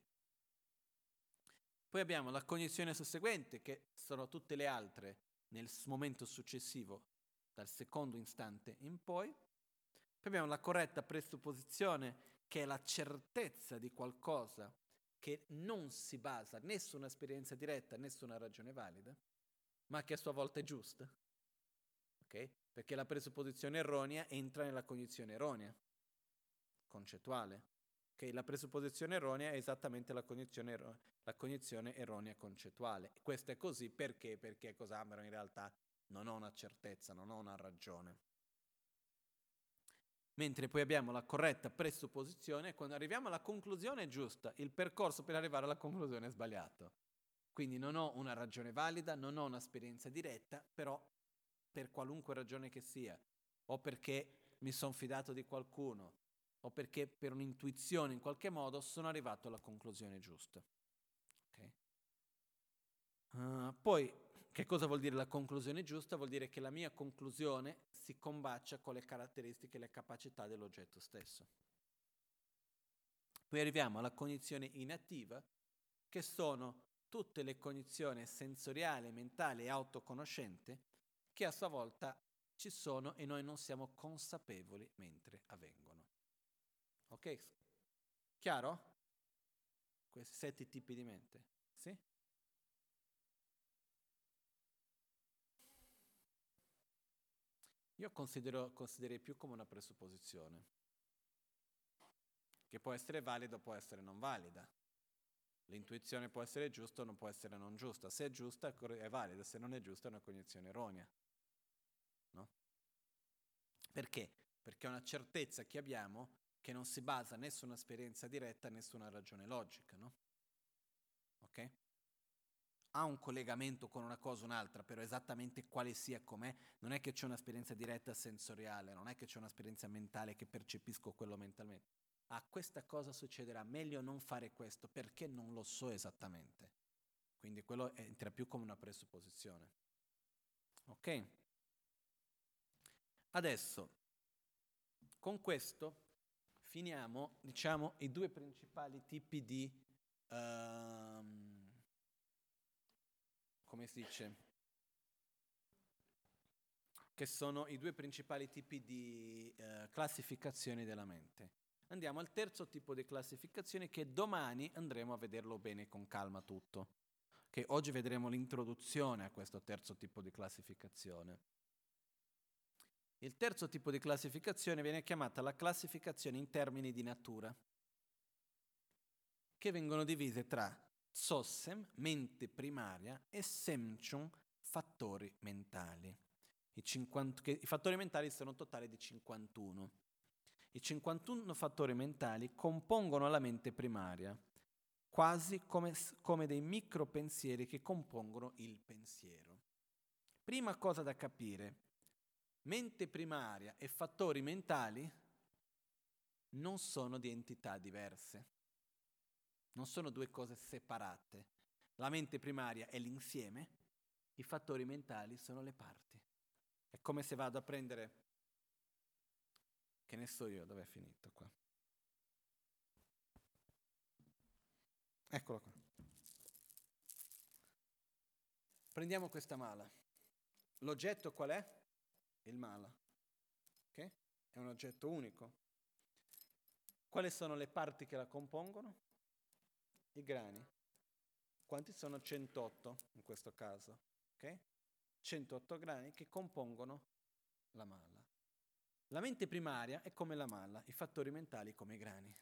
Poi abbiamo la cognizione susseguente, che sono tutte le altre nel momento successivo, dal secondo istante in poi. Poi abbiamo la corretta presupposizione, che è la certezza di qualcosa che non si basa né su un'esperienza diretta né su una ragione valida, ma che a sua volta è giusta. Okay? Perché la presupposizione erronea entra nella cognizione erronea, concettuale. Okay? La presupposizione erronea è esattamente la cognizione, ero- la cognizione erronea concettuale. Questo è così perché? Perché cos'ha? Ma in realtà non ho una certezza, non ho una ragione. Mentre poi abbiamo la corretta presupposizione, quando arriviamo alla conclusione è giusta, il percorso per arrivare alla conclusione è sbagliato. Quindi non ho una ragione valida, non ho un'esperienza diretta, però per qualunque ragione che sia, o perché mi sono fidato di qualcuno, o perché per un'intuizione in qualche modo sono arrivato alla conclusione giusta. Okay? Uh, poi, che cosa vuol dire la conclusione giusta? Vuol dire che la mia conclusione si combacia con le caratteristiche e le capacità dell'oggetto stesso. Poi arriviamo alla cognizione inattiva, che sono tutte le cognizioni sensoriali, mentali e autoconoscenti che a sua volta ci sono e noi non siamo consapevoli mentre avvengono. Ok? Chiaro? Questi sette tipi di mente? Sì? Io considero, considererei più come una presupposizione, che può essere valida o può essere non valida. L'intuizione può essere giusta o non può essere non giusta. Se è giusta è valida, se non è giusta è una cognizione erronea. No? Perché? Perché è una certezza che abbiamo che non si basa né su un'esperienza diretta né su una ragione logica, no? Ok? Ha un collegamento con una cosa o un'altra, però esattamente quale sia com'è, non è che c'è un'esperienza diretta sensoriale, non è che c'è un'esperienza mentale che percepisco quello mentalmente. Ah, questa cosa succederà, meglio non fare questo, perché non lo so esattamente. Quindi quello entra più come una presupposizione. Ok? Adesso, con questo finiamo, diciamo, i due principali tipi di, uh, come si dice, che sono i due principali tipi di uh, classificazioni della mente. Andiamo al terzo tipo di classificazione che domani andremo a vederlo bene con calma tutto. Che oggi vedremo l'introduzione a questo terzo tipo di classificazione. Il terzo tipo di classificazione viene chiamata la classificazione in termini di natura, che vengono divise tra Tsossem, mente primaria, e Semchung, fattori mentali. I, cinquanta, che, I fattori mentali sono un totale di cinquantuno. I cinquantuno fattori mentali compongono la mente primaria, quasi come, come dei micro pensieri che compongono il pensiero. Prima cosa da capire, mente primaria e fattori mentali non sono di entità diverse, non sono due cose separate. La mente primaria è l'insieme, i fattori mentali sono le parti. È come se vado a prendere, che ne so io, dove è finito qua? Eccolo qua. Prendiamo questa mala. L'oggetto qual è? Il mala. Ok? È un oggetto unico. Quali sono le parti che la compongono? I grani. Quanti sono? centotto in questo caso. Ok? centotto grani che compongono la mala. La mente primaria è come la mala, i fattori mentali come i grani.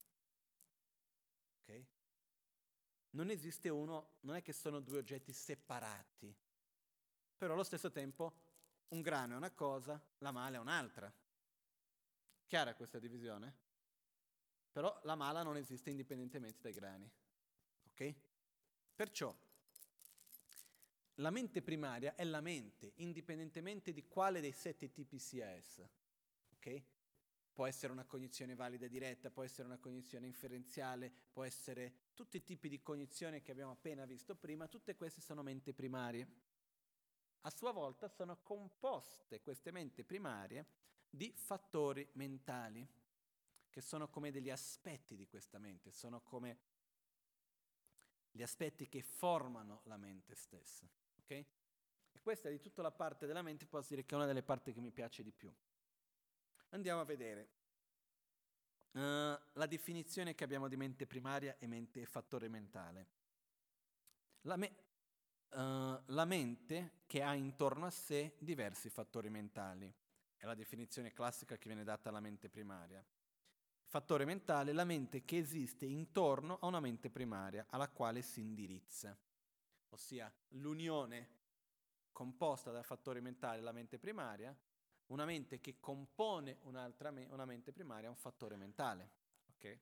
Ok? Non esiste uno, non è che sono due oggetti separati, però allo stesso tempo un grano è una cosa, la mala è un'altra. Chiara questa divisione? Però la mala non esiste indipendentemente dai grani. Ok? Perciò la mente primaria è la mente, indipendentemente di quale dei sette tipi sia essa. Ok? Può essere una cognizione valida diretta, può essere una cognizione inferenziale, può essere tutti i tipi di cognizione che abbiamo appena visto prima, tutte queste sono mente primarie. A sua volta sono composte queste mente primarie di fattori mentali, che sono come degli aspetti di questa mente, sono come gli aspetti che formano la mente stessa. Ok? E questa di tutta la parte della mente posso dire che è una delle parti che mi piace di più. Andiamo a vedere uh, la definizione che abbiamo di mente primaria e mente fattore mentale. La, me- uh, la mente che ha intorno a sé diversi fattori mentali. È la definizione classica che viene data alla mente primaria. Fattore mentale, la mente che esiste intorno a una mente primaria alla quale si indirizza, ossia l'unione composta da fattori mentali, la mente primaria, una mente che compone un'altra me- una mente primaria, un fattore mentale. Okay?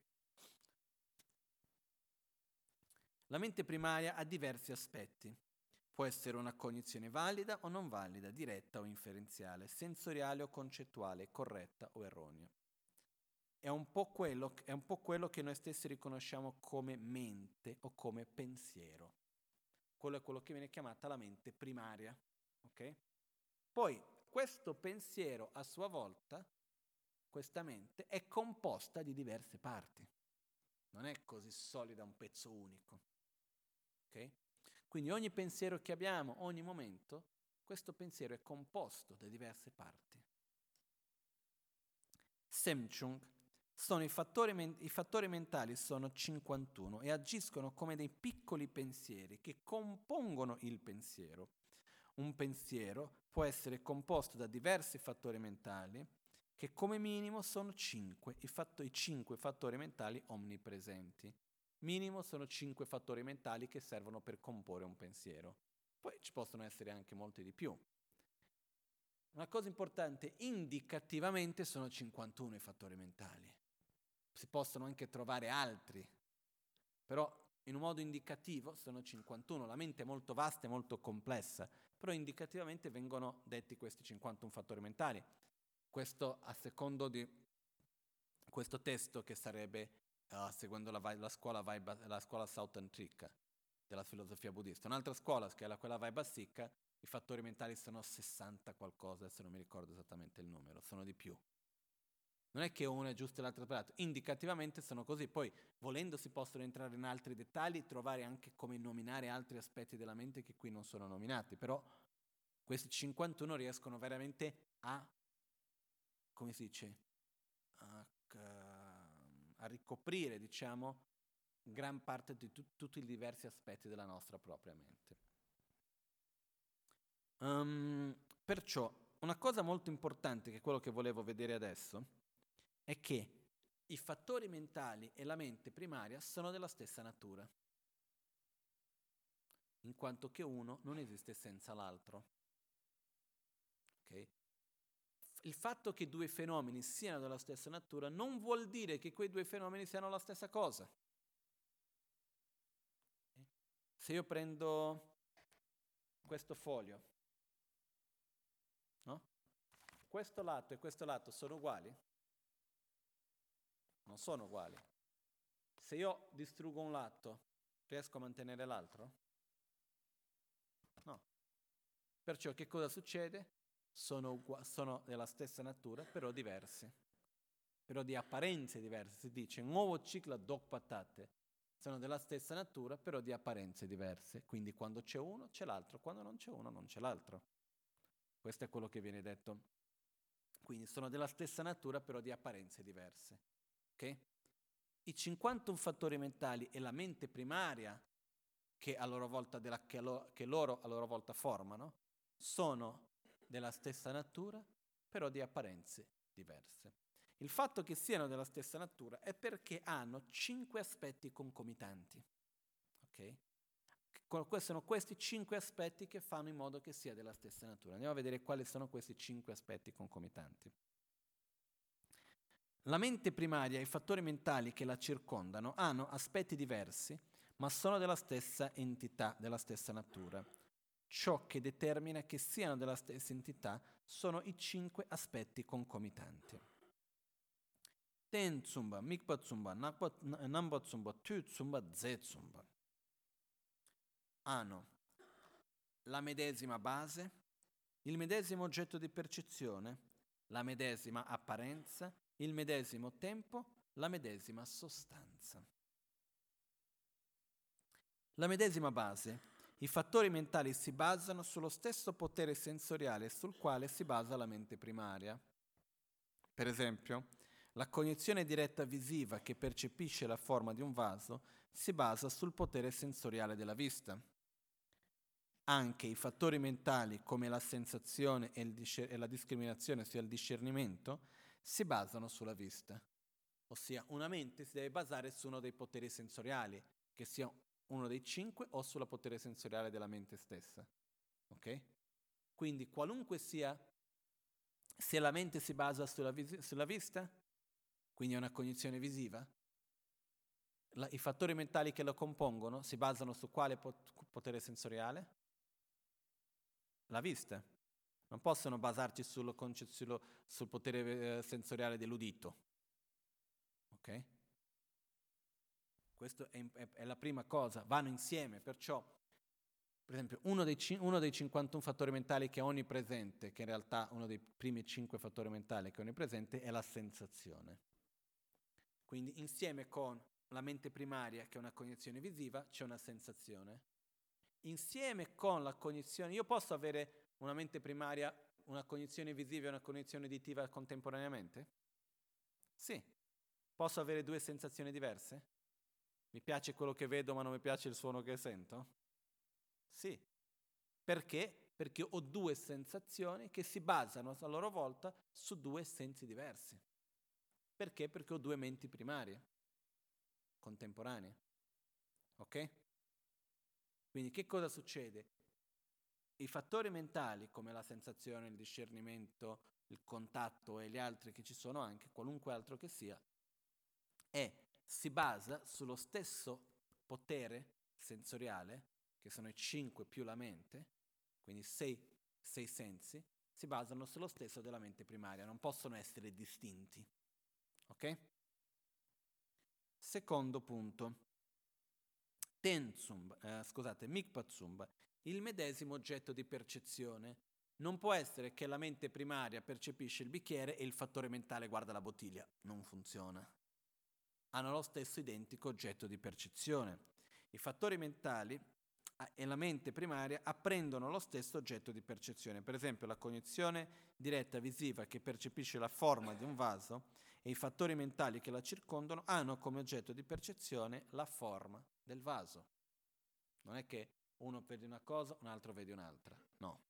La mente primaria ha diversi aspetti. Può essere una cognizione valida o non valida, diretta o inferenziale, sensoriale o concettuale, corretta o erronea. è un po' quello, è un po' quello che noi stessi riconosciamo come mente o come pensiero. Quello è quello che viene chiamata la mente primaria. Okay? Poi questo pensiero a sua volta, questa mente, è composta di diverse parti. Non è così solida un pezzo unico. Okay? Quindi ogni pensiero che abbiamo, ogni momento, questo pensiero è composto da diverse parti. Semchung sono i fattori, men- i fattori mentali sono cinquantuno e agiscono come dei piccoli pensieri che compongono il pensiero. Un pensiero può essere composto da diversi fattori mentali che come minimo sono cinque, i, fatto- i cinque fattori mentali omnipresenti. Minimo sono cinque fattori mentali che servono per comporre un pensiero. Poi ci possono essere anche molti di più. Una cosa importante, indicativamente sono cinquantuno i fattori mentali. Si possono anche trovare altri, però in un modo indicativo sono cinquantuno. La mente è molto vasta e molto complessa, però indicativamente vengono detti questi cinquantuno fattori mentali. Questo a secondo di questo testo che sarebbe, uh, seguendo la, la, scuola Vaiba, la scuola Sautantrika della filosofia buddista. Un'altra scuola, che è la, quella Vaibhasika, i fattori mentali sono sessanta qualcosa, adesso non mi ricordo esattamente il numero, sono di più. Non è che uno è giusto e l'altro è sbagliato, indicativamente sono così. Poi, volendo, si possono entrare in altri dettagli, trovare anche come nominare altri aspetti della mente che qui non sono nominati, però questi cinquantuno riescono veramente a, come si dice, a, a ricoprire, diciamo, gran parte di tu- tutti i diversi aspetti della nostra propria mente. Um, perciò, una cosa molto importante, che è quello che volevo vedere adesso, è che i fattori mentali e la mente primaria sono della stessa natura, in quanto che uno non esiste senza l'altro. Okay? Il fatto che due fenomeni siano della stessa natura non vuol dire che quei due fenomeni siano la stessa cosa. Okay? Se io prendo questo foglio, no? Questo lato e questo lato sono uguali? Non sono uguali. Se io distruggo un lato, riesco a mantenere l'altro? No. Perciò che cosa succede? Sono, ugu- sono della stessa natura, però diversi. Però di apparenze diverse. Si dice nuovo ciclo dog patate. Sono della stessa natura, però di apparenze diverse. Quindi quando c'è uno c'è l'altro, quando non c'è uno non c'è l'altro. Questo è quello che viene detto. Quindi sono della stessa natura, però di apparenze diverse. Ok? I cinquantuno fattori mentali e la mente primaria, che, a loro volta della, che, lo, che loro a loro volta formano, sono della stessa natura, però di apparenze diverse. Il fatto che siano della stessa natura è perché hanno cinque aspetti concomitanti. Ok? Sono questi cinque aspetti che fanno in modo che sia della stessa natura. Andiamo a vedere quali sono questi cinque aspetti concomitanti. La mente primaria e i fattori mentali che la circondano hanno aspetti diversi, ma sono della stessa entità, della stessa natura. Ciò che determina che siano della stessa entità sono i cinque aspetti concomitanti. Ten tsumba, mikpa tsumba, namba tsumba, tu tsumba, ze tsumba. Hanno la medesima base, il medesimo oggetto di percezione, la medesima apparenza, il medesimo tempo, la medesima sostanza. La medesima base. I fattori mentali si basano sullo stesso potere sensoriale sul quale si basa la mente primaria. Per esempio, la cognizione diretta visiva che percepisce la forma di un vaso si basa sul potere sensoriale della vista. Anche i fattori mentali come la sensazione e, il discer- e la discriminazione, ossia il discernimento, si basano sulla vista. Ossia, una mente si deve basare su uno dei poteri sensoriali, che sia uno dei cinque o sulla potere sensoriale della mente stessa. Ok? Quindi qualunque sia, se la mente si basa sulla, vis- sulla vista, quindi è una cognizione visiva, la, i fattori mentali che lo compongono si basano su quale pot- potere sensoriale? La vista. Non possono basarci sullo, sul, sul potere eh, sensoriale dell'udito. Ok? Questa è, è, è la prima cosa, vanno insieme, perciò, per esempio, uno dei, uno dei cinquantuno fattori mentali che è onnipresente, che in realtà uno dei primi cinque fattori mentali che è onnipresente, è la sensazione. Quindi insieme con la mente primaria, che è una cognizione visiva, c'è una sensazione. Insieme con la cognizione, io posso avere una mente primaria, una cognizione visiva e una cognizione uditiva contemporaneamente? Sì. Posso avere due sensazioni diverse? Mi piace quello che vedo ma non mi piace il suono che sento? Sì. Perché? Perché ho due sensazioni che si basano a loro volta su due sensi diversi. Perché? Perché ho due menti primarie, contemporanee. Ok? Quindi che cosa succede? I fattori mentali, come la sensazione, il discernimento, il contatto e gli altri che ci sono anche, qualunque altro che sia, è, si basa sullo stesso potere sensoriale, che sono i cinque più la mente, quindi sei, sei sensi, si basano sullo stesso della mente primaria, non possono essere distinti. Ok? Secondo punto. Tensum, eh, scusate, Mikpatsum, il medesimo oggetto di percezione. Non può essere che la mente primaria percepisce il bicchiere e il fattore mentale guarda la bottiglia. Non funziona. Hanno lo stesso identico oggetto di percezione. I fattori mentali e la mente primaria apprendono lo stesso oggetto di percezione. Per esempio, la cognizione diretta visiva che percepisce la forma di un vaso e i fattori mentali che la circondano hanno come oggetto di percezione la forma del vaso. Non è che uno vede una cosa, un altro vede un'altra. No.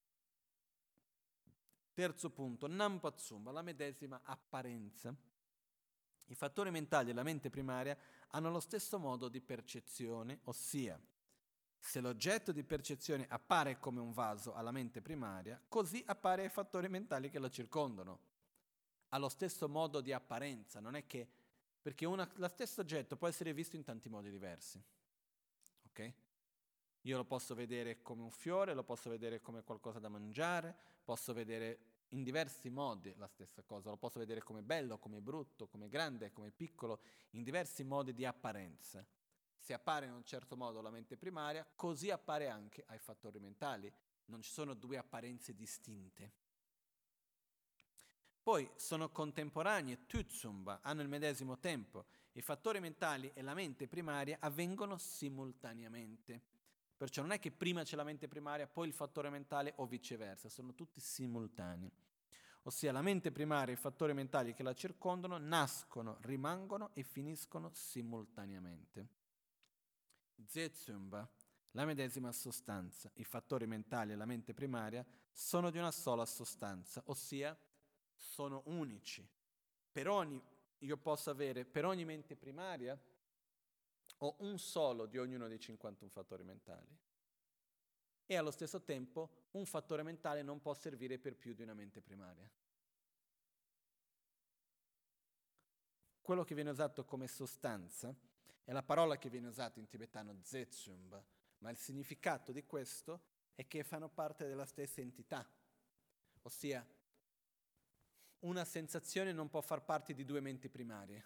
Terzo punto, Nampatsumba, la medesima apparenza. I fattori mentali della mente primaria hanno lo stesso modo di percezione, ossia, se l'oggetto di percezione appare come un vaso alla mente primaria, così appare ai fattori mentali che lo circondano. Ha lo stesso modo di apparenza, non è che... perché una, lo stesso oggetto può essere visto in tanti modi diversi. Ok? Io lo posso vedere come un fiore, lo posso vedere come qualcosa da mangiare, posso vedere in diversi modi la stessa cosa, lo posso vedere come bello, come brutto, come grande, come piccolo, in diversi modi di apparenza. Se appare in un certo modo la mente primaria, così appare anche ai fattori mentali. Non ci sono due apparenze distinte. Poi sono contemporanee, tutsumba, hanno il medesimo tempo. I fattori mentali e la mente primaria avvengono simultaneamente. Perciò non è che prima c'è la mente primaria, poi il fattore mentale o viceversa, sono tutti simultanei. Ossia la mente primaria e i fattori mentali che la circondano nascono, rimangono e finiscono simultaneamente. Zetsumba, la medesima sostanza, i fattori mentali e la mente primaria sono di una sola sostanza, ossia sono unici. Per ogni, io posso avere, per ogni mente primaria, ho un solo di ognuno dei cinquantuno fattori mentali. E allo stesso tempo un fattore mentale non può servire per più di una mente primaria. Quello che viene usato come sostanza è la parola che viene usata in tibetano zetsumba, ma il significato di questo è che fanno parte della stessa entità, ossia una sensazione non può far parte di due menti primarie.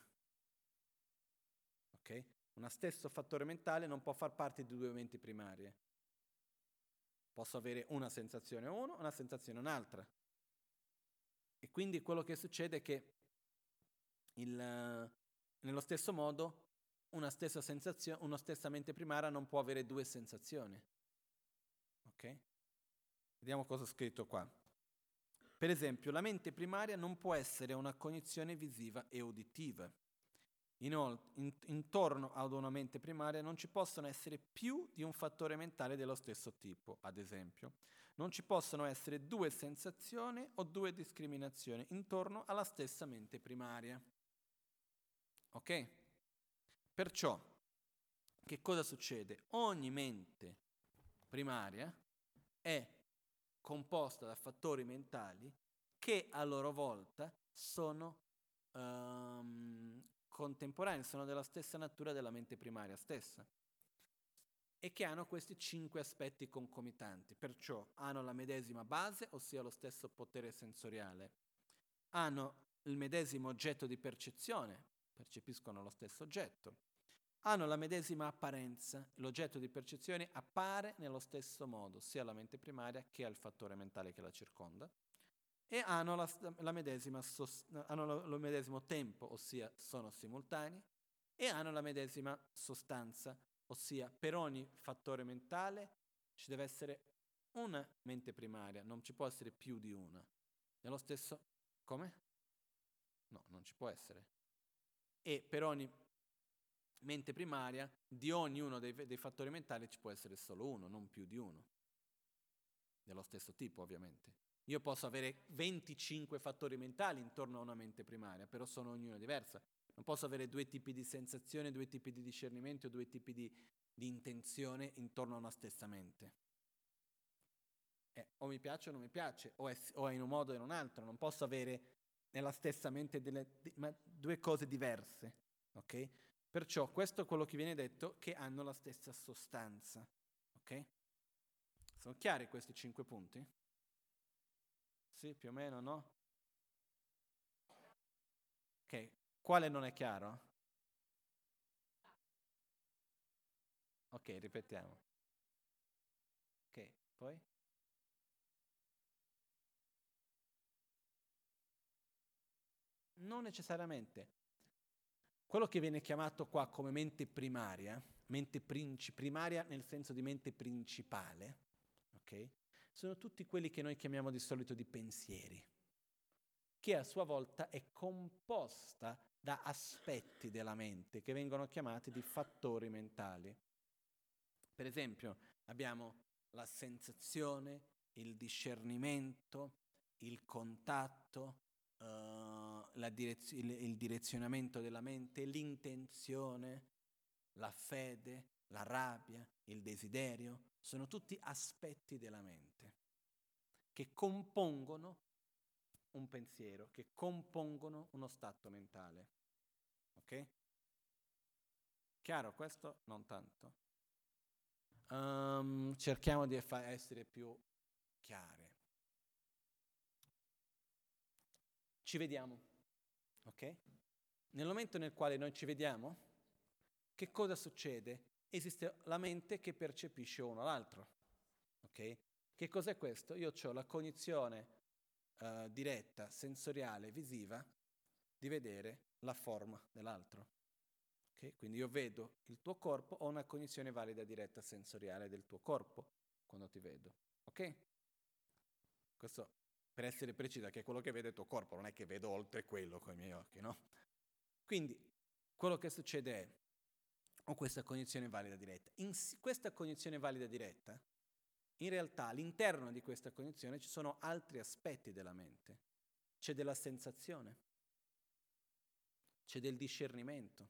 Ok? Uno stesso fattore mentale non può far parte di due menti primarie. Posso avere una sensazione uno, una sensazione un'altra. E quindi quello che succede è che il, nello stesso modo una stessa sensazione, una stessa mente primaria non può avere due sensazioni. Ok? Vediamo cosa ho scritto qua. Per esempio, la mente primaria non può essere una cognizione visiva e uditiva. Inoltre, in, intorno ad una mente primaria non ci possono essere più di un fattore mentale dello stesso tipo, ad esempio. Non ci possono essere due sensazioni o due discriminazioni intorno alla stessa mente primaria. Ok? Perciò, che cosa succede? Ogni mente primaria è composta da fattori mentali che a loro volta sono um, contemporanei, sono della stessa natura della mente primaria stessa e che hanno questi cinque aspetti concomitanti, perciò hanno la medesima base, ossia lo stesso potere sensoriale, hanno il medesimo oggetto di percezione, percepiscono lo stesso oggetto, hanno la medesima apparenza, l'oggetto di percezione appare nello stesso modo, sia alla mente primaria che al fattore mentale che la circonda, e hanno, la, la medesima sos, hanno lo, lo medesimo tempo, ossia sono simultanei, e hanno la medesima sostanza, ossia per ogni fattore mentale ci deve essere una mente primaria, non ci può essere più di una. Nello stesso... Come? No, non ci può essere. E per ogni mente primaria, di ognuno dei, dei fattori mentali ci può essere solo uno, non più di uno. Dello stesso tipo, ovviamente. Io posso avere venticinque fattori mentali intorno a una mente primaria, però sono ognuna diversa. Non posso avere due tipi di sensazione, due tipi di discernimento, due tipi di, di intenzione intorno a una stessa mente. Eh, o mi piace o non mi piace, o è, o è in un modo o in un altro. Non posso avere nella stessa mente delle, di, ma due cose diverse, ok? Perciò questo è quello che viene detto, che hanno la stessa sostanza, ok? Sono chiari questi cinque punti? Sì, più o meno, no? Ok, quale non è chiaro? Ok, ripetiamo. Ok, poi? Non necessariamente. Quello che viene chiamato qua come mente primaria, mente princi- primaria nel senso di mente principale, ok? Sono tutti quelli che noi chiamiamo di solito di pensieri, che a sua volta è composta da aspetti della mente che vengono chiamati di fattori mentali. Per esempio, abbiamo la sensazione, il discernimento, il contatto, uh, la direz- il, il direzionamento della mente, l'intenzione, la fede, la rabbia, il desiderio, sono tutti aspetti della mente che compongono un pensiero, che compongono uno stato mentale. Ok? Chiaro questo? Non tanto. Um, cerchiamo di fa- essere più chiare. Ci vediamo, ok? Nel momento nel quale noi ci vediamo, che cosa succede? Esiste la mente che percepisce uno l'altro, ok? Che cos'è questo? Io ho la cognizione uh, diretta, sensoriale, visiva, di vedere la forma dell'altro. Okay? Quindi io vedo il tuo corpo, ho una cognizione valida diretta sensoriale del tuo corpo quando ti vedo, ok? Questo per essere precisa, che è quello che vede il tuo corpo, non è che vedo oltre quello con i miei occhi, no? Quindi quello che succede è, ho questa cognizione valida diretta. In questa cognizione valida diretta, in realtà all'interno di questa cognizione ci sono altri aspetti della mente. C'è della sensazione, c'è del discernimento,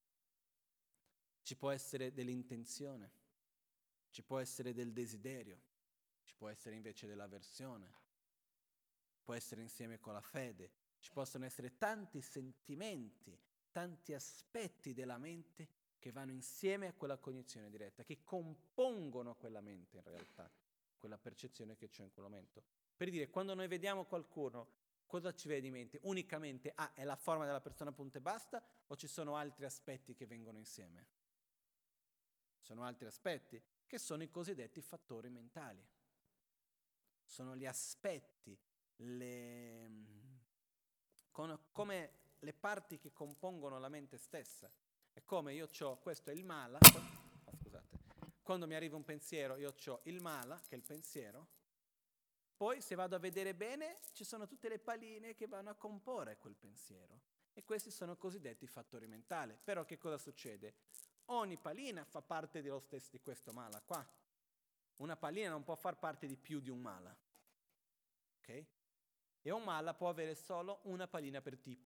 ci può essere dell'intenzione, ci può essere del desiderio, ci può essere invece dell'avversione, può essere insieme con la fede, ci possono essere tanti sentimenti, tanti aspetti della mente che vanno insieme a quella cognizione diretta, che compongono quella mente in realtà, quella percezione che c'è in quel momento. Per dire, quando noi vediamo qualcuno, cosa ci vede in mente? Unicamente, ah, è la forma della persona punto e basta, o ci sono altri aspetti che vengono insieme? Sono altri aspetti, che sono i cosiddetti fattori mentali. Sono gli aspetti, le, con, come le parti che compongono la mente stessa. È come io ho, questo è il mala, oh, scusate, quando mi arriva un pensiero io ho il mala, che è il pensiero, poi se vado a vedere bene ci sono tutte le palline che vanno a comporre quel pensiero. E questi sono cosiddetti fattori mentali. Però che cosa succede? Ogni pallina fa parte dello stesso, di questo mala qua. Una pallina non può far parte di più di un mala. Ok? E un mala può avere solo una pallina per tipo.